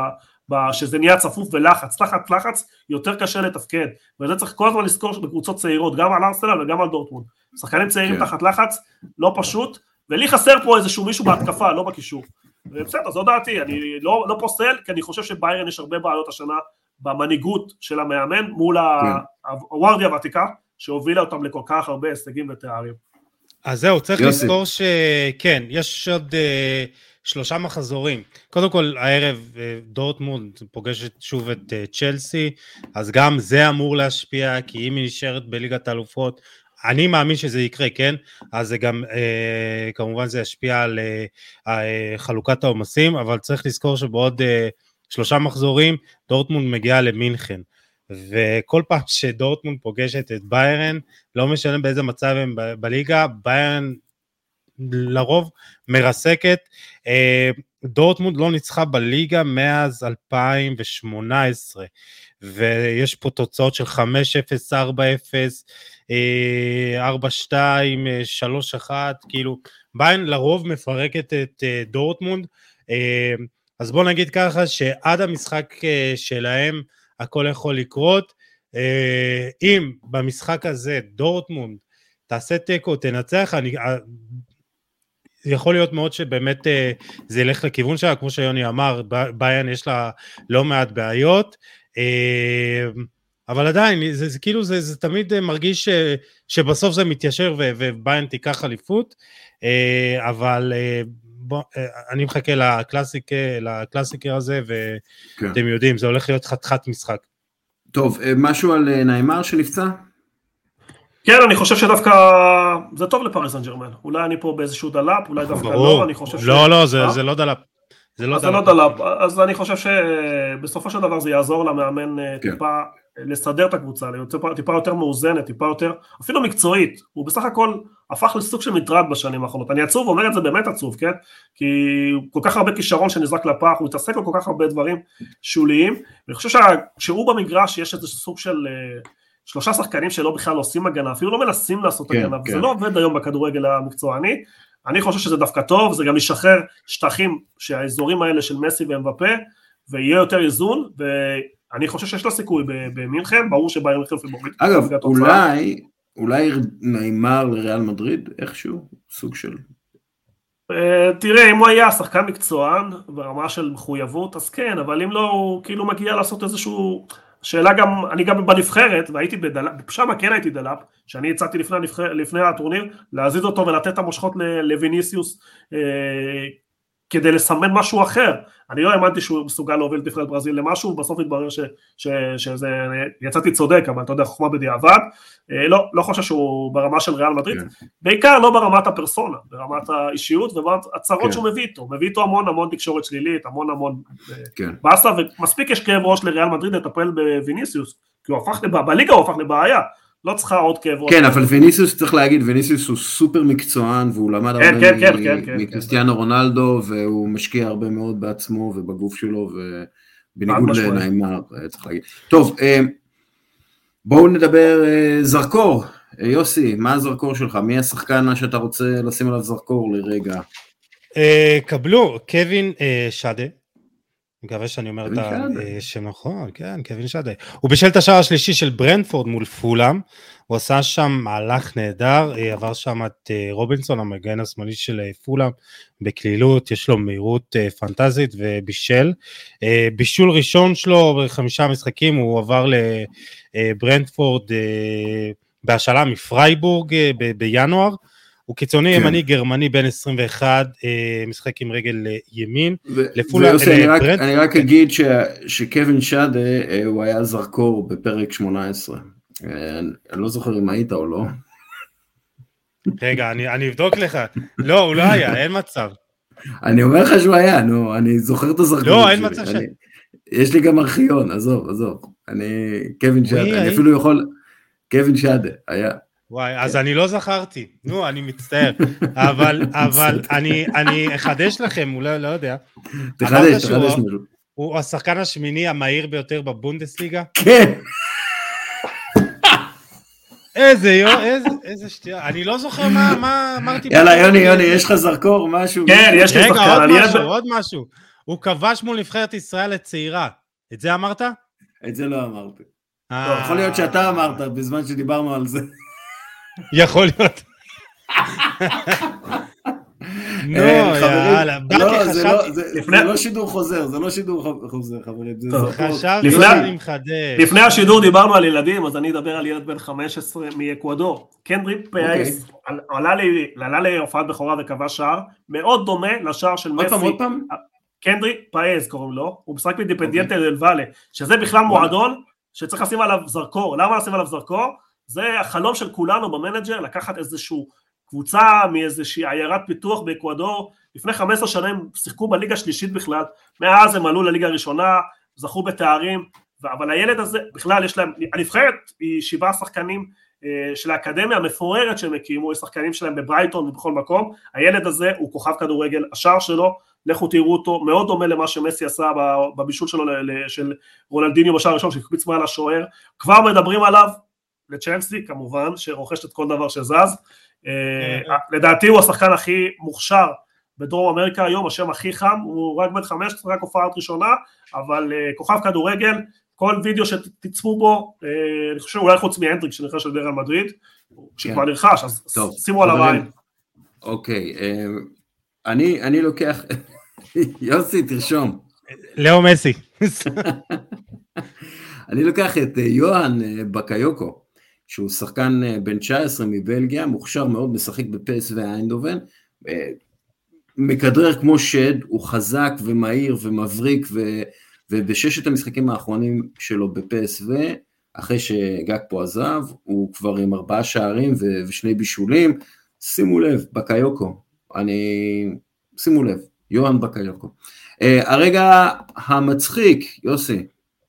שזה נהיה צפוף ולחץ, לחץ, לחץ, יותר קשה לתפקד, וזה צריך כל הזמן לזכור בקבוצות צעירות, גם על ארסנל וגם על דורטמונד, שחקנים צעירים כן. תחת לחץ, לא פשוט, ולי חסר פה איזשהו מישהו בהתקפה, לא בקישור, ובסדר, זו דעתי, אני לא, לא פוסל, כי אני חושב שביירן יש הרבה בעיות השנה, במנהיגות של המאמן, מול כן. הווארדיה הוותיקה, שהובילה אותם לכל כך הרבה הישגים ותארים. אז זהו, צריך לזכור שכן, יש עוד uh, שלושה מחזורים. קודם כל, הערב uh, דורטמונד פוגשת שוב את uh, צ'לסי, אז גם זה אמור להשפיע, כי אם היא נשארת בליגת האלופות, אני מאמין שזה יקרה, כן? אז זה גם, uh, כמובן זה ישפיע על uh, uh, חלוקת העומסים, אבל צריך לזכור שבעוד uh, שלושה מחזורים, דורטמונד מגיעה למינכן. וכל פעם שדורטמונד פוגשת את ביירן, לא משנה באיזה מצב הם ב- בליגה, ביירן לרוב מרסקת, דורטמונד לא ניצחה בליגה מאז אלפיים שמונה עשרה, ויש פה תוצאות של חמש אפס, ארבע אפס, ארבע שתיים, שלוש אחת, כאילו ביירן לרוב מפרקת את דורטמונד, אז בוא נגיד ככה שעד המשחק שלהם, הכל יכול לקרות, אם במשחק הזה דורטמונד תעשה טקו, תנצח, אני, יכול להיות מאוד שבאמת זה ילך לכיוון שלה, כמו שיוני אמר, ביירן יש לה לא מעט בעיות, אבל עדיין, זה, זה כאילו זה, זה תמיד מרגיש ש, שבסוף זה מתיישר וביירן תיקח אליפות, אבל בוא, אני מחכה לקלאסיק, לקלאסיקר הזה, ואתם כן. יודעים, זה הולך להיות חתיכת משחק. טוב, משהו על ניימר שנפצע? כן, אני חושב שדווקא זה טוב לפריז סן ז'רמן. אולי אני פה באיזשהו דלאפ, אולי דווקא לא, אני חושב ש... לא, לא, זה, זה לא דלאפ. זה לא דלאפ. דלאפ. אז אני חושב שבסופו של דבר זה יעזור למאמן כן. טיפה לסדר את הקבוצה, טיפה, טיפה יותר מאוזנת, טיפה יותר, אפילו מקצועית. הוא בסך הכל הפך לסוג של מטרד בשנים האחרונות. אני עצוב, אומר את זה באמת עצוב, כן? כי כל כך הרבה כישרון שנזרק לפח, הוא מתעסק על כל כך הרבה דברים שוליים, ואני חושב שהוא במגרש יש איזה סוג של שלושה שחקנים שלא בכלל עושים הגנה, אפילו לא מנסים לעשות כן, הגנה, כן. וזה לא עובד היום בכדורגל המקצועני, אני חושב שזה דווקא טוב, זה גם ישחרר שטחים שהאזורים האלה של מסי ואמבפה, ויהיה יותר איזון, ואני חושב שיש לה סיכוי במינכן, ברור שביירן מינכן פיבורית. אגב, אולי, אולי ניימר לריאל מדריד, איכשהו, סוג של... תראה, אם הוא היה שחקן מקצוען, ברמה של מחויבות, אז כן, אבל אם לא, הוא כאילו מגיע לעשות איזשהו... שאלה גם, אני גם בנבחרת, והייתי בדלאפ, שם כן הייתי דלאפ, שאני הצעתי לפני, לפני הטורניר, להזיז אותו ולתת את המושכות לויניסיוס, אה, כדי לסמן משהו אחר. אני לא האמנתי שהוא מסוגל להוביל את נבחרת ברזיל למשהו, בסוף התברר ש, ש, שזה, יצאתי צודק, אבל אתה יודע, חוכמה בדיעבד, אה, לא, לא חושב שהוא ברמה של ריאל מדריד, כן. בעיקר לא ברמת הפרסונה, ברמת האישיות וברמת הצרות כן. שהוא מביא איתו, מביא איתו המון המון תקשורת שלילית, המון המון כן. באסה, ומספיק יש כאב ראש לריאל מדריד לטפל בויניסיוס, כי הוא הפך לבעיה, בליגה הוא הפך לבעיה, לא צריכה עוד כאב ראש. כן, אבל ויניסיוס צריך להגיד, ויניסיוס הוא סופר מקצוען, והוא למד הרבה מקריסטיאנו רונלדו, והוא משקיע הרבה מאוד בעצמו ובגוף שלו, ובניגוד לניימר, צריך להגיד. טוב, בואו נדבר זרקור. יוסי, מה הזרקור שלך? מי השחקן שאתה רוצה לשים עליו זרקור לרגע? קבלו, קווין שדה. אני מקווה שאני אומר את השם נכון, כן, קווין שדה. הוא בשל את השער השלישי של ברנפורד מול פולאם, הוא עשה שם מהלך נהדר, עבר שם את רובינסון, המגן השמאלי של פולאם, בקלילות, יש לו מהירות פנטזית ובישל. בישול ראשון שלו בחמישה משחקים, הוא עבר לברנפורד בהשאלה מפרייבורג בינואר, הוא קיצוני ימני גרמני בין עשרים ואחת, משחק עם רגל ימין. אני רק אגיד שקווין שדה הוא היה זרקור בפרק שמונה עשרה, אני לא זוכר אם היית או לא. רגע, אני אבדוק לך, לא, הוא לא היה, אין מצב. אני אומר לך שהוא היה, נו, אני זוכר את הזרקור. לא, אין מצב ש... יש לי גם ארכיון, עזוב, עזוב, אני קווין שדה, אני אפילו יכול, קווין שדה, היה. וואי, אז אני לא זכרתי, נו, אני מצטער, אבל, אבל אני, אני אחדש לכם, אולי לא יודע. תחדש, תחדש משהו. הוא השחקן השמיני המהיר ביותר בבונדסליגה? כן. איזה יו, איזה, איזה שתייה, אני לא זוכר מה, מה אמרתי. יאללה, יוני, יוני, יש לך זרקור, משהו? כן, יש לי זרקור. רגע, עוד משהו, עוד משהו. הוא כבש מול נבחרת ישראל הצעירה. את זה אמרת? את זה לא אמרתי. יכול להיות שאתה אמרת בזמן שדיברנו על זה. יכול להיות. נו, יאללה. זה לא שידור חוזר, זה לא שידור חוזר, חברים. לפני השידור דיברנו על ילדים, אז אני אדבר על ילד בן חמש עשרה מאקוודור. קנדרי פייס עלה להופעת בכורה וכבש שער, מאוד דומה לשער של מסי. עוד פעם, עוד פעם? קנדרי פייס קוראים לו, הוא משחק בדיפנדיאנטה דל ואלה, שזה בכלל מועדון שצריך לשים עליו זרקור. למה לשים עליו זרקור? זה החלום של כולנו במנג'ר, לקחת איזשהו קבוצה מאיזושהי עיירת פיתוח באקוודור, לפני חמש עשרה שנים שיחקו בליגה השלישית בכלל, מאז הם עלו לליגה הראשונה, זכו בתארים, אבל הילד הזה, בכלל יש להם, הנבחרת היא שבעה שחקנים של האקדמיה המפוארת שהם הקימו, יש שחקנים שלהם בברייטון ובכל מקום, הילד הזה הוא כוכב כדורגל, השער שלו, לכו תראו אותו, מאוד דומה למה שמסי עשה בבישול שלו, של רונלדיניו בשער הראשון, שהקפיץ מעל השוער, כבר מדברים עליו, לצ'לסי כמובן, שרוכשת את כל דבר שזז, לדעתי הוא השחקן הכי מוכשר בדרום אמריקה היום, השם הכי חם, הוא רק בן חמש, רק הופעת ראשונה, אבל כוכב כדורגל, כל וידאו שתצפו בו, אני חושב אולי חוץ מהנדריק שנרכש על ריאל מדריד, שכבר נרכש, אז שימו עליו עין. אוקיי, אני לוקח, יוסי תרשום. לאו מסי. אני לוקח את יוהאן בקיוקו, שהוא שחקן בן תשע עשרה מבלגיה, מוכשר מאוד, משחק בפס ואיינדובן, מכדרר כמו שד, הוא חזק ומהיר ומבריק, ו, ובששת המשחקים האחרונים שלו בפס ו, אחרי שגג פה עזב, הוא כבר עם ארבעה שערים ו, ושני בישולים, שימו לב, בקיוקו, אני, שימו לב, יוהאן בקיוקו. Uh, הרגע המצחיק, יוסי,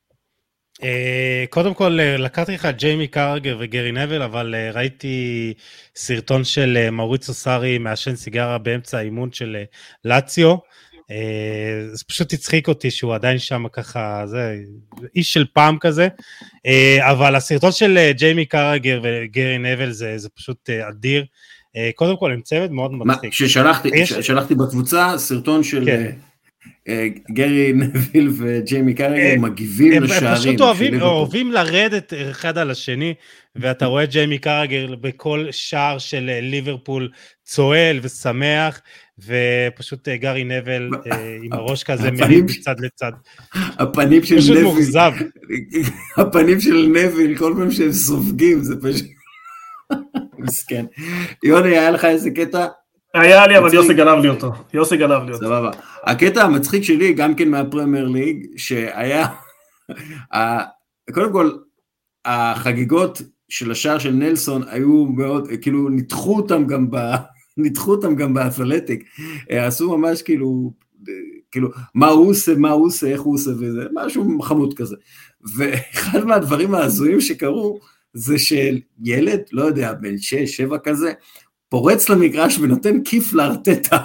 קודם כל לקחתי לך ג'יימי קרגר וגרי נבל, אבל ראיתי סרטון של מאוריציו סארי מעשן סיגרה באמצע האימון של לאציו, זה פשוט הצחיק אותי שהוא עדיין שם ככה, זה איש של פעם כזה, אבל הסרטון של ג'יימי קרגר וגרי נבל זה, זה פשוט אדיר, קודם כל הם צוות מאוד מצחיק. ששלחתי בקבוצה סרטון של... כן. גרי נביל וג'יימי קרגר מגיבים לשערים. הם פשוט אוהבים, אוהבים לרדת אחד על השני, ואתה רואה ג'יימי קרגר בכל שער של ליברפול צועל ושמח, ופשוט גרי נבל עם הראש כזה מרים מצד לצד. הפנים של נביל, פשוט מוחזב. הפנים של נביל, כל פעם שהם סופגים, זה פשוט מסכן. יוני, היה לך איזה קטע? היה לי, אבל יוסי גנב לי אותו. יוסי גנב לי אותו. סבבה. הקטע המצחיק שלי, גם כן מהפרמייר ליג, שהיה, קודם כל, החגיגות של השער של נלסון היו מאוד, כאילו, ניתחו אותם גם ב... ניתחו אותם גם באתלטיק. עשו ממש כאילו, כאילו, מה הוא עושה, מה הוא עושה, איך הוא עושה, וזה, משהו חמוד כזה. ואחד מהדברים ההזויים שקרו, זה של ילד, לא יודע, בן שש, שבע כזה, פורץ למגרש ונותן כיף לארטטה,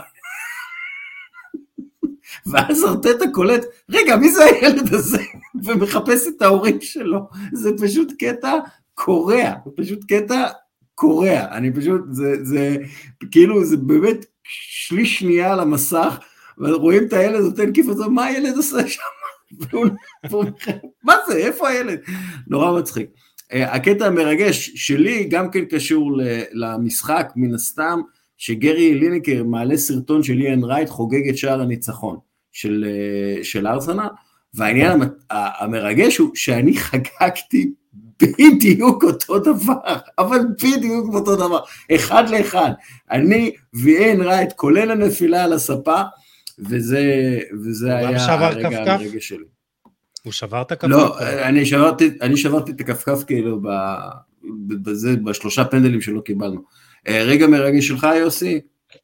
ואז ארטטה קולט, רגע, מי זה הילד הזה? ומחפש את ההורים שלו, זה פשוט קטע קורע, זה פשוט קטע קורע, אני פשוט, זה, זה, כאילו, זה באמת שליש שנייה על המסך, ורואים את הילד, נותן כיף הזה, מה הילד עושה שם? מה זה, איפה הילד? נורא מצחיק. הקטע המרגש שלי גם כן קשור למשחק מן הסתם, שגרי לינקר מעלה סרטון של איאן רייט חוגג את שער הניצחון של, של ארסנל, והעניין המרגש הוא שאני חגגתי בדיוק אותו דבר, אבל בדיוק אותו דבר, אחד לאחד, אני ואיאן רייט כולל הנפילה על הספה, וזה, וזה היה הרגע המרגש שלי. הוא שבר את הכפכף? לא, אני שברתי, אני שברתי את הכפכף כאילו בזה, בשלושה פנדלים שלא קיבלנו. רגע מרגע שלך, יוסי?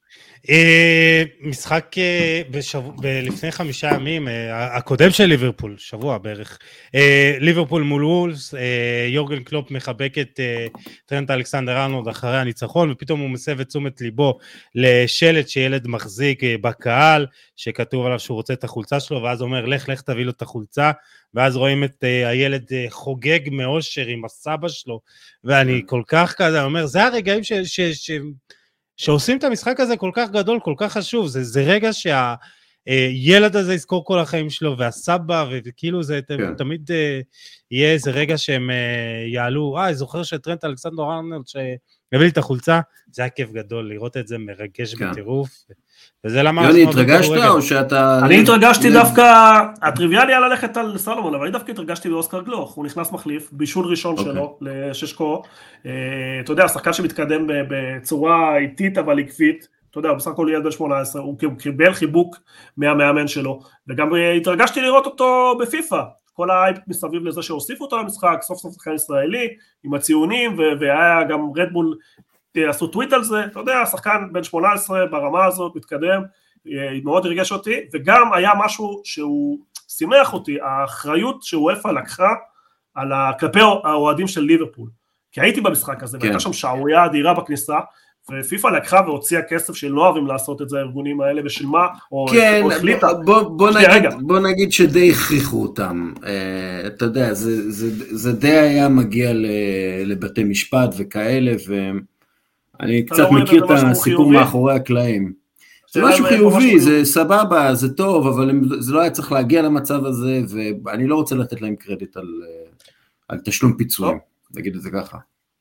משחק לפני חמישה ימים, הקודם של ליברפול, שבוע בערך, ליברפול מול וולפס, יורגן קלופ מחבק את טרנט אלכסנדר ארנולד אחרי הניצחון, ופתאום הוא מסב את תשומת ליבו לשלט שילד מחזיק בקהל, שכתוב עליו שהוא רוצה את החולצה שלו, ואז הוא אומר, לך, לך תביא לו את החולצה, ואז רואים את הילד חוגג מאושר עם הסבא שלו, ואני כל כך כזה, אומר, זה הרגעים ש... ש, ש שעושים את המשחק הזה כל כך גדול, כל כך חשוב, זה, זה רגע שה, ילד הזה יזכור כל החיים שלו, והסבא, וכאילו זה תמיד יהיה איזה רגע שהם יעלו, אה, אני זוכר שטרנט אלכסנדר ארנולד, שהביא לי את החולצה, זה היה כיף גדול, לראות את זה מרגש בטירוף, וזה למה... יוני, התרגשת או שאתה... אני התרגשתי דווקא, הטריוויאלי היה ללכת על סלומון, אבל אני דווקא התרגשתי באוסקר גלוך, הוא נכנס מחליף, בישול ראשון שלו, לששקו, אתה יודע, השחקן שמתקדם בצורה איטית אבל עקבית, אתה יודע, בסך הכל ילד בן שמונה עשרה, הוא קיבל חיבוק מהמאמן שלו, וגם התרגשתי לראות אותו בפיפה, כל האייפ מסביב לזה שהוסיפו אותו למשחק, סוף סוף שחקן ישראלי, עם הציונים, והיה גם רדבול, עשו טוויט על זה, אתה יודע, שחקן בן שמונה עשרה ברמה הזאת, מתקדם, מאוד הרגש אותי, וגם היה משהו שהוא שימח אותי, האחריות שאופה לקחה, על כלפי האוהדים של ליברפול, כי הייתי במשחק הזה, והייתה שם שערורייה אדירה בכניסה, ופיפה לקחה והוציאה כסף שלא אוהבים לעשות את זה, הארגונים האלה, ושילמה, או החליטה. בוא נגיד שדי הכריחו אותם, אתה יודע, זה די היה מגיע לבתי משפט וכאלה, ואני קצת מכיר את הסיפור מאחורי הקלעים. זה משהו חיובי, זה סבבה, זה טוב, אבל זה לא היה צריך להגיע למצב הזה, ואני לא רוצה לתת להם קרדיט על תשלום פיצויים, נגיד את זה ככה.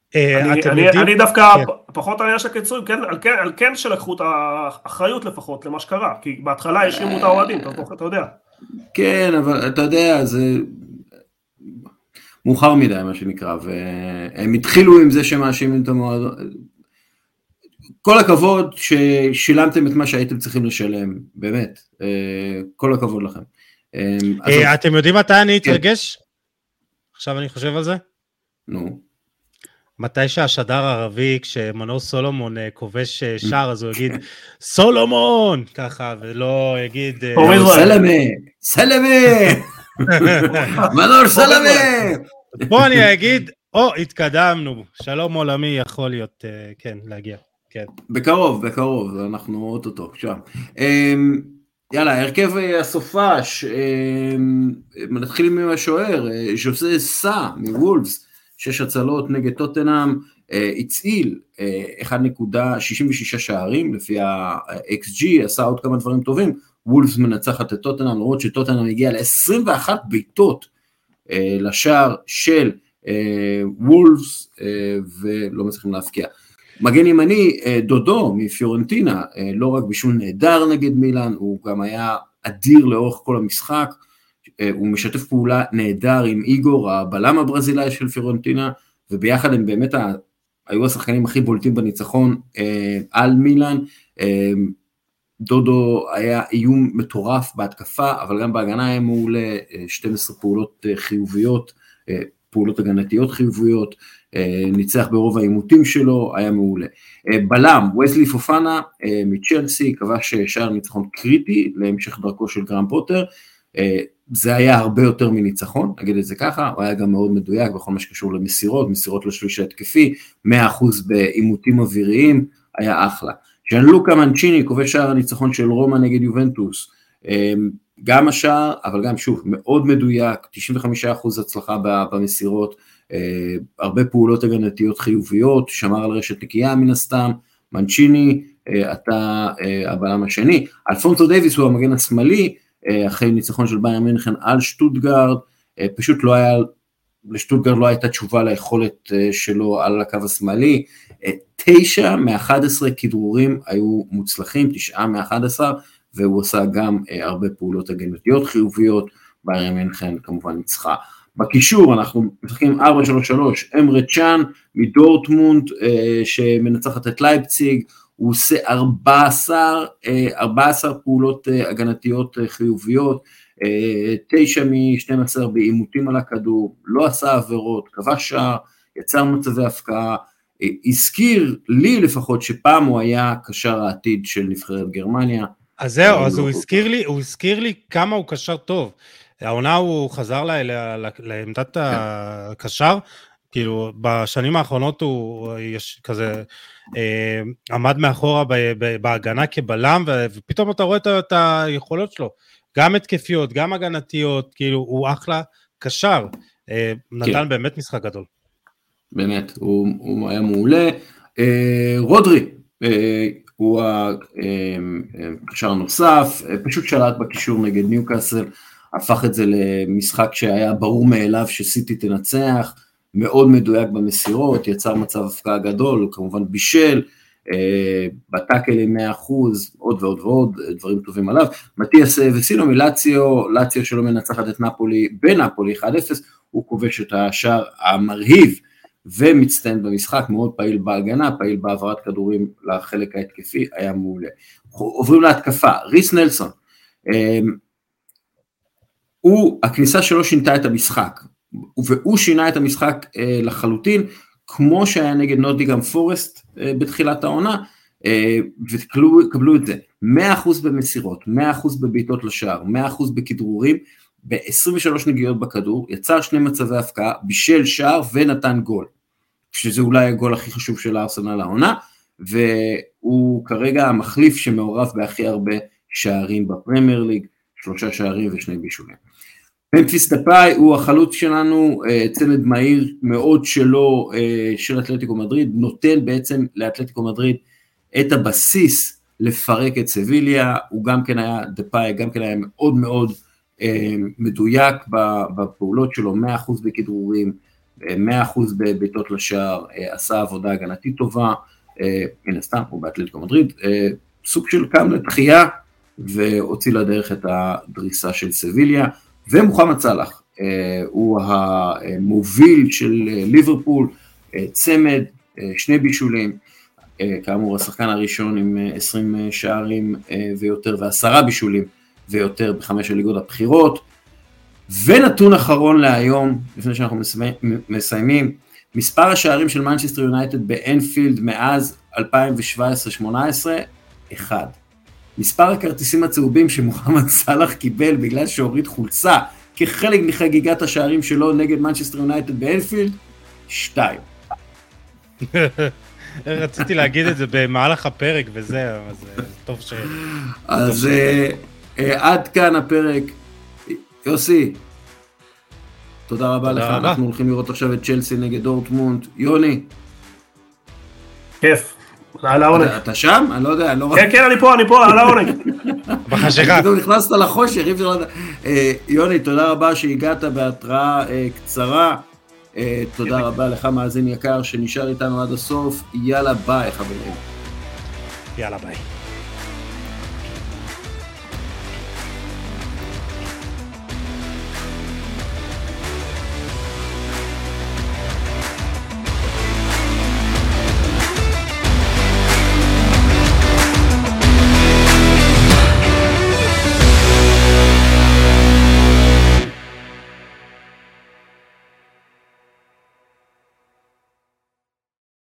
אני דווקא פחות על יש הקיצורים, על כן שלקחו את האחריות לפחות למה שקרה, כי בהתחלה האשימו את האוהדים, אתה יודע. כן, אבל אתה יודע, זה מאוחר מדי מה שנקרא, והם התחילו עם זה שמאשימים את המועדון. כל הכבוד ששילמתם את מה שהייתם צריכים לשלם, באמת, כל הכבוד לכם. אתם יודעים מתי אני אתרגש? עכשיו אני חושב על זה? נו. מתי שהשדר הערבי, כשמנור סולומון כובש שער, אז הוא יגיד, סולומון! ככה, ולא יגיד... סלמה! סלמה! מנור סלמה! פה אני אגיד, או, התקדמנו, שלום עולמי יכול להיות, כן, להגיע. בקרוב, בקרוב, אנחנו אוטוטו, שם. יאללה, הרכב הסופש, נתחיל עם השוער, ז'וזה סא, מוולפס, שש הצלות נגד טוטנהאם, הציל אחת נקודה שישים ושש שערים, לפי ה-אקס ג'י, עשה עוד כמה דברים טובים, וולפס מנצחת את טוטנהאם, למרות שטוטנהאם הגיע ל-עשרים ואחת בעיטות לשער של וולפס, ולא מצליחים להפקיע. מגן ימני, דודו מפיורנטינה, לא רק בישול נהדר נגד מילאן, הוא גם היה אדיר לאורך כל המשחק, הוא משתף פעולה נהדר עם איגור, הבלם הברזילאי של פיורנטינה, וביחד הם באמת היו השחקנים הכי בולטים בניצחון על מילאן. דודו היה איום מטורף בהתקפה, אבל גם בהגנה היה מעולה, שתים עשרה פעולות חיוביות, פעולות הגנתיות חיוביות, ניצח ברוב האימותים שלו, היה מעולה. בלם, וסלי פופנה מצ'לסי, כבש שער ניצחון קריטי להמשך דרכו של גרם פוטר, זה היה הרבה יותר מניצחון, נגיד את זה ככה, הוא היה גם מאוד מדויק בכל מה שקשור למסירות, מסירות לשליש התקפי, מאה אחוז באימותים אוויריים, היה אחלה. ז'אנלוקה מנצ'יני, כובש שער הניצחון של רומא נגד יובנטוס, גם השער, אבל גם שוב, מאוד מדויק, תשעים וחמישה אחוז הצלחה במסירות, הרבה פעולות הגנתיות חיוביות, שמר על רשת נקייה מן הסתם, מנצ'יני, אתה הבלם השני, אלפונסו דייביס הוא המגן השמאלי, אחרי ניצחון של ביירן מינכן על שטוטגרד, פשוט לא היה, לשטוטגרד לא הייתה תשובה ליכולת שלו על הקו השמאלי, תשע מאחד עשרה כדרורים היו מוצלחים, תשעה מאחד עשרה, והוא עשה גם הרבה פעולות הגנתיות חיוביות, ביירן מינכן כמובן ניצחה. בקישור אנחנו משחקים ארבע שלוש שלוש, אמרה צ'אן מדורטמונד שמנצחת את לייפציג, הוא עושה ארבע עשרה פעולות הגנתיות חיוביות, תשע משתים עשרה באימותים על הכדור, לא עשה עבירות, כבש שער, יצר מצבי הפקעה, הזכיר לי לפחות שפעם הוא היה קשר העתיד של נבחרת גרמניה. אז זהו, אז הוא הזכיר לי, הוא הזכיר לי כמה הוא קשר טוב. העונה הוא חזר לעמדת הקשר, כאילו בשנים האחרונות הוא יש כזה עמד מאחורה בהגנה כבלם, ופתאום אתה רואה את היכולות שלו, גם התקפיות, גם הגנתיות, כאילו הוא אחלה קשר, נתן באמת משחק גדול. באמת, הוא היה מעולה. רודרי, הוא הקשר נוסף, פשוט שלט בקישור נגד ניוקאסל, הפך את זה למשחק שהיה ברור מאליו שסיטי תנצח, מאוד מדויק במסירות, יצר מצב הפקעה גדול, כמובן בישל, בטאקלים מאה אחוז, עוד ועוד ועוד, דברים טובים עליו. מתיאס וסינו מלאציו, לאציו שלא מנצחת את נפולי, בנפולי אחד אפס, הוא כובש את השער המרהיב, ומצטיין במשחק, מאוד פעיל בהגנה, פעיל בעברת כדורים לחלק ההתקפי, היה מעולה. עוברים להתקפה, ריס נלסון, הוא, הכניסה שלו שינתה את המשחק, והוא שינה את המשחק לחלוטין, כמו שהיה נגד נוטיגהאם פורסט בתחילת העונה, וקבלו את זה, מאה אחוז במסירות, מאה אחוז בבעיטות לשער, מאה אחוז בכדרורים, ב-עשרים ושלוש נגיעות בכדור, יצר שני מצבי הפקעה, בישל שער ונתן גול, שזה אולי הגול הכי חשוב של ארסנל העונה, והוא כרגע המחליף שמעורב בהכי הרבה שערים בפרמייר ליג, שלושה שערים ושני בישולים. ממפיס דפאי הוא החלוץ שלנו, צמד מהיר מאוד שלו, של אתלטיקו מדריד, נותן בעצם לאתלטיקו מדריד את הבסיס לפרק את סביליה, הוא גם כן היה, דפאי גם כן היה מאוד מאוד מדויק בפעולות שלו, מאה אחוז בכדרורים, מאה אחוז בביתות לשער, עשה עבודה הגנתית טובה, מן הסתם, הוא באתלטיקו מדריד, סוג של קם לתחייה, והוציא לדרך את הדריסה של סביליה, ומוחמד סלאח, הוא המוביל של ליברפול, צמד, שני בישולים, כאמור השחקן הראשון עם עשרים שערים ויותר, ועשרה בישולים ויותר בחמש הליגות הבחירות, ונתון אחרון להיום, לפני שאנחנו מסיימים, מספר השערים של מנצ'סטר יונייטד באנפילד מאז אלפיים שבע עשרה שמונה עשרה, אחד. מספר הכרטיסים הצהובים שמוחמד סלאח קיבל בגלל שהוריד חולצה כחלק מחגיגת השערים שלו נגד מנצ'סטר יונייטד באנפילד, שתיים. רציתי להגיד את זה במהלך הפרק וזה, אז טוב ש... אז עד כאן הפרק. יוסי, תודה רבה לך, אנחנו הולכים לראות עכשיו את צ'לסי נגד דורטמונד. יוני. כיף. על העונג. אתה שם? אני לא יודע, אני לא... כן, כן, אני פה, אני פה, על העונג. בחשיכה. פתאום נכנסת לחושך, אי אפשר לדעת. יוני, תודה רבה שהגעת בהתראה קצרה. תודה רבה לך, מאזין יקר, שנשאר איתנו עד הסוף. יאללה ביי, חברים. יאללה ביי.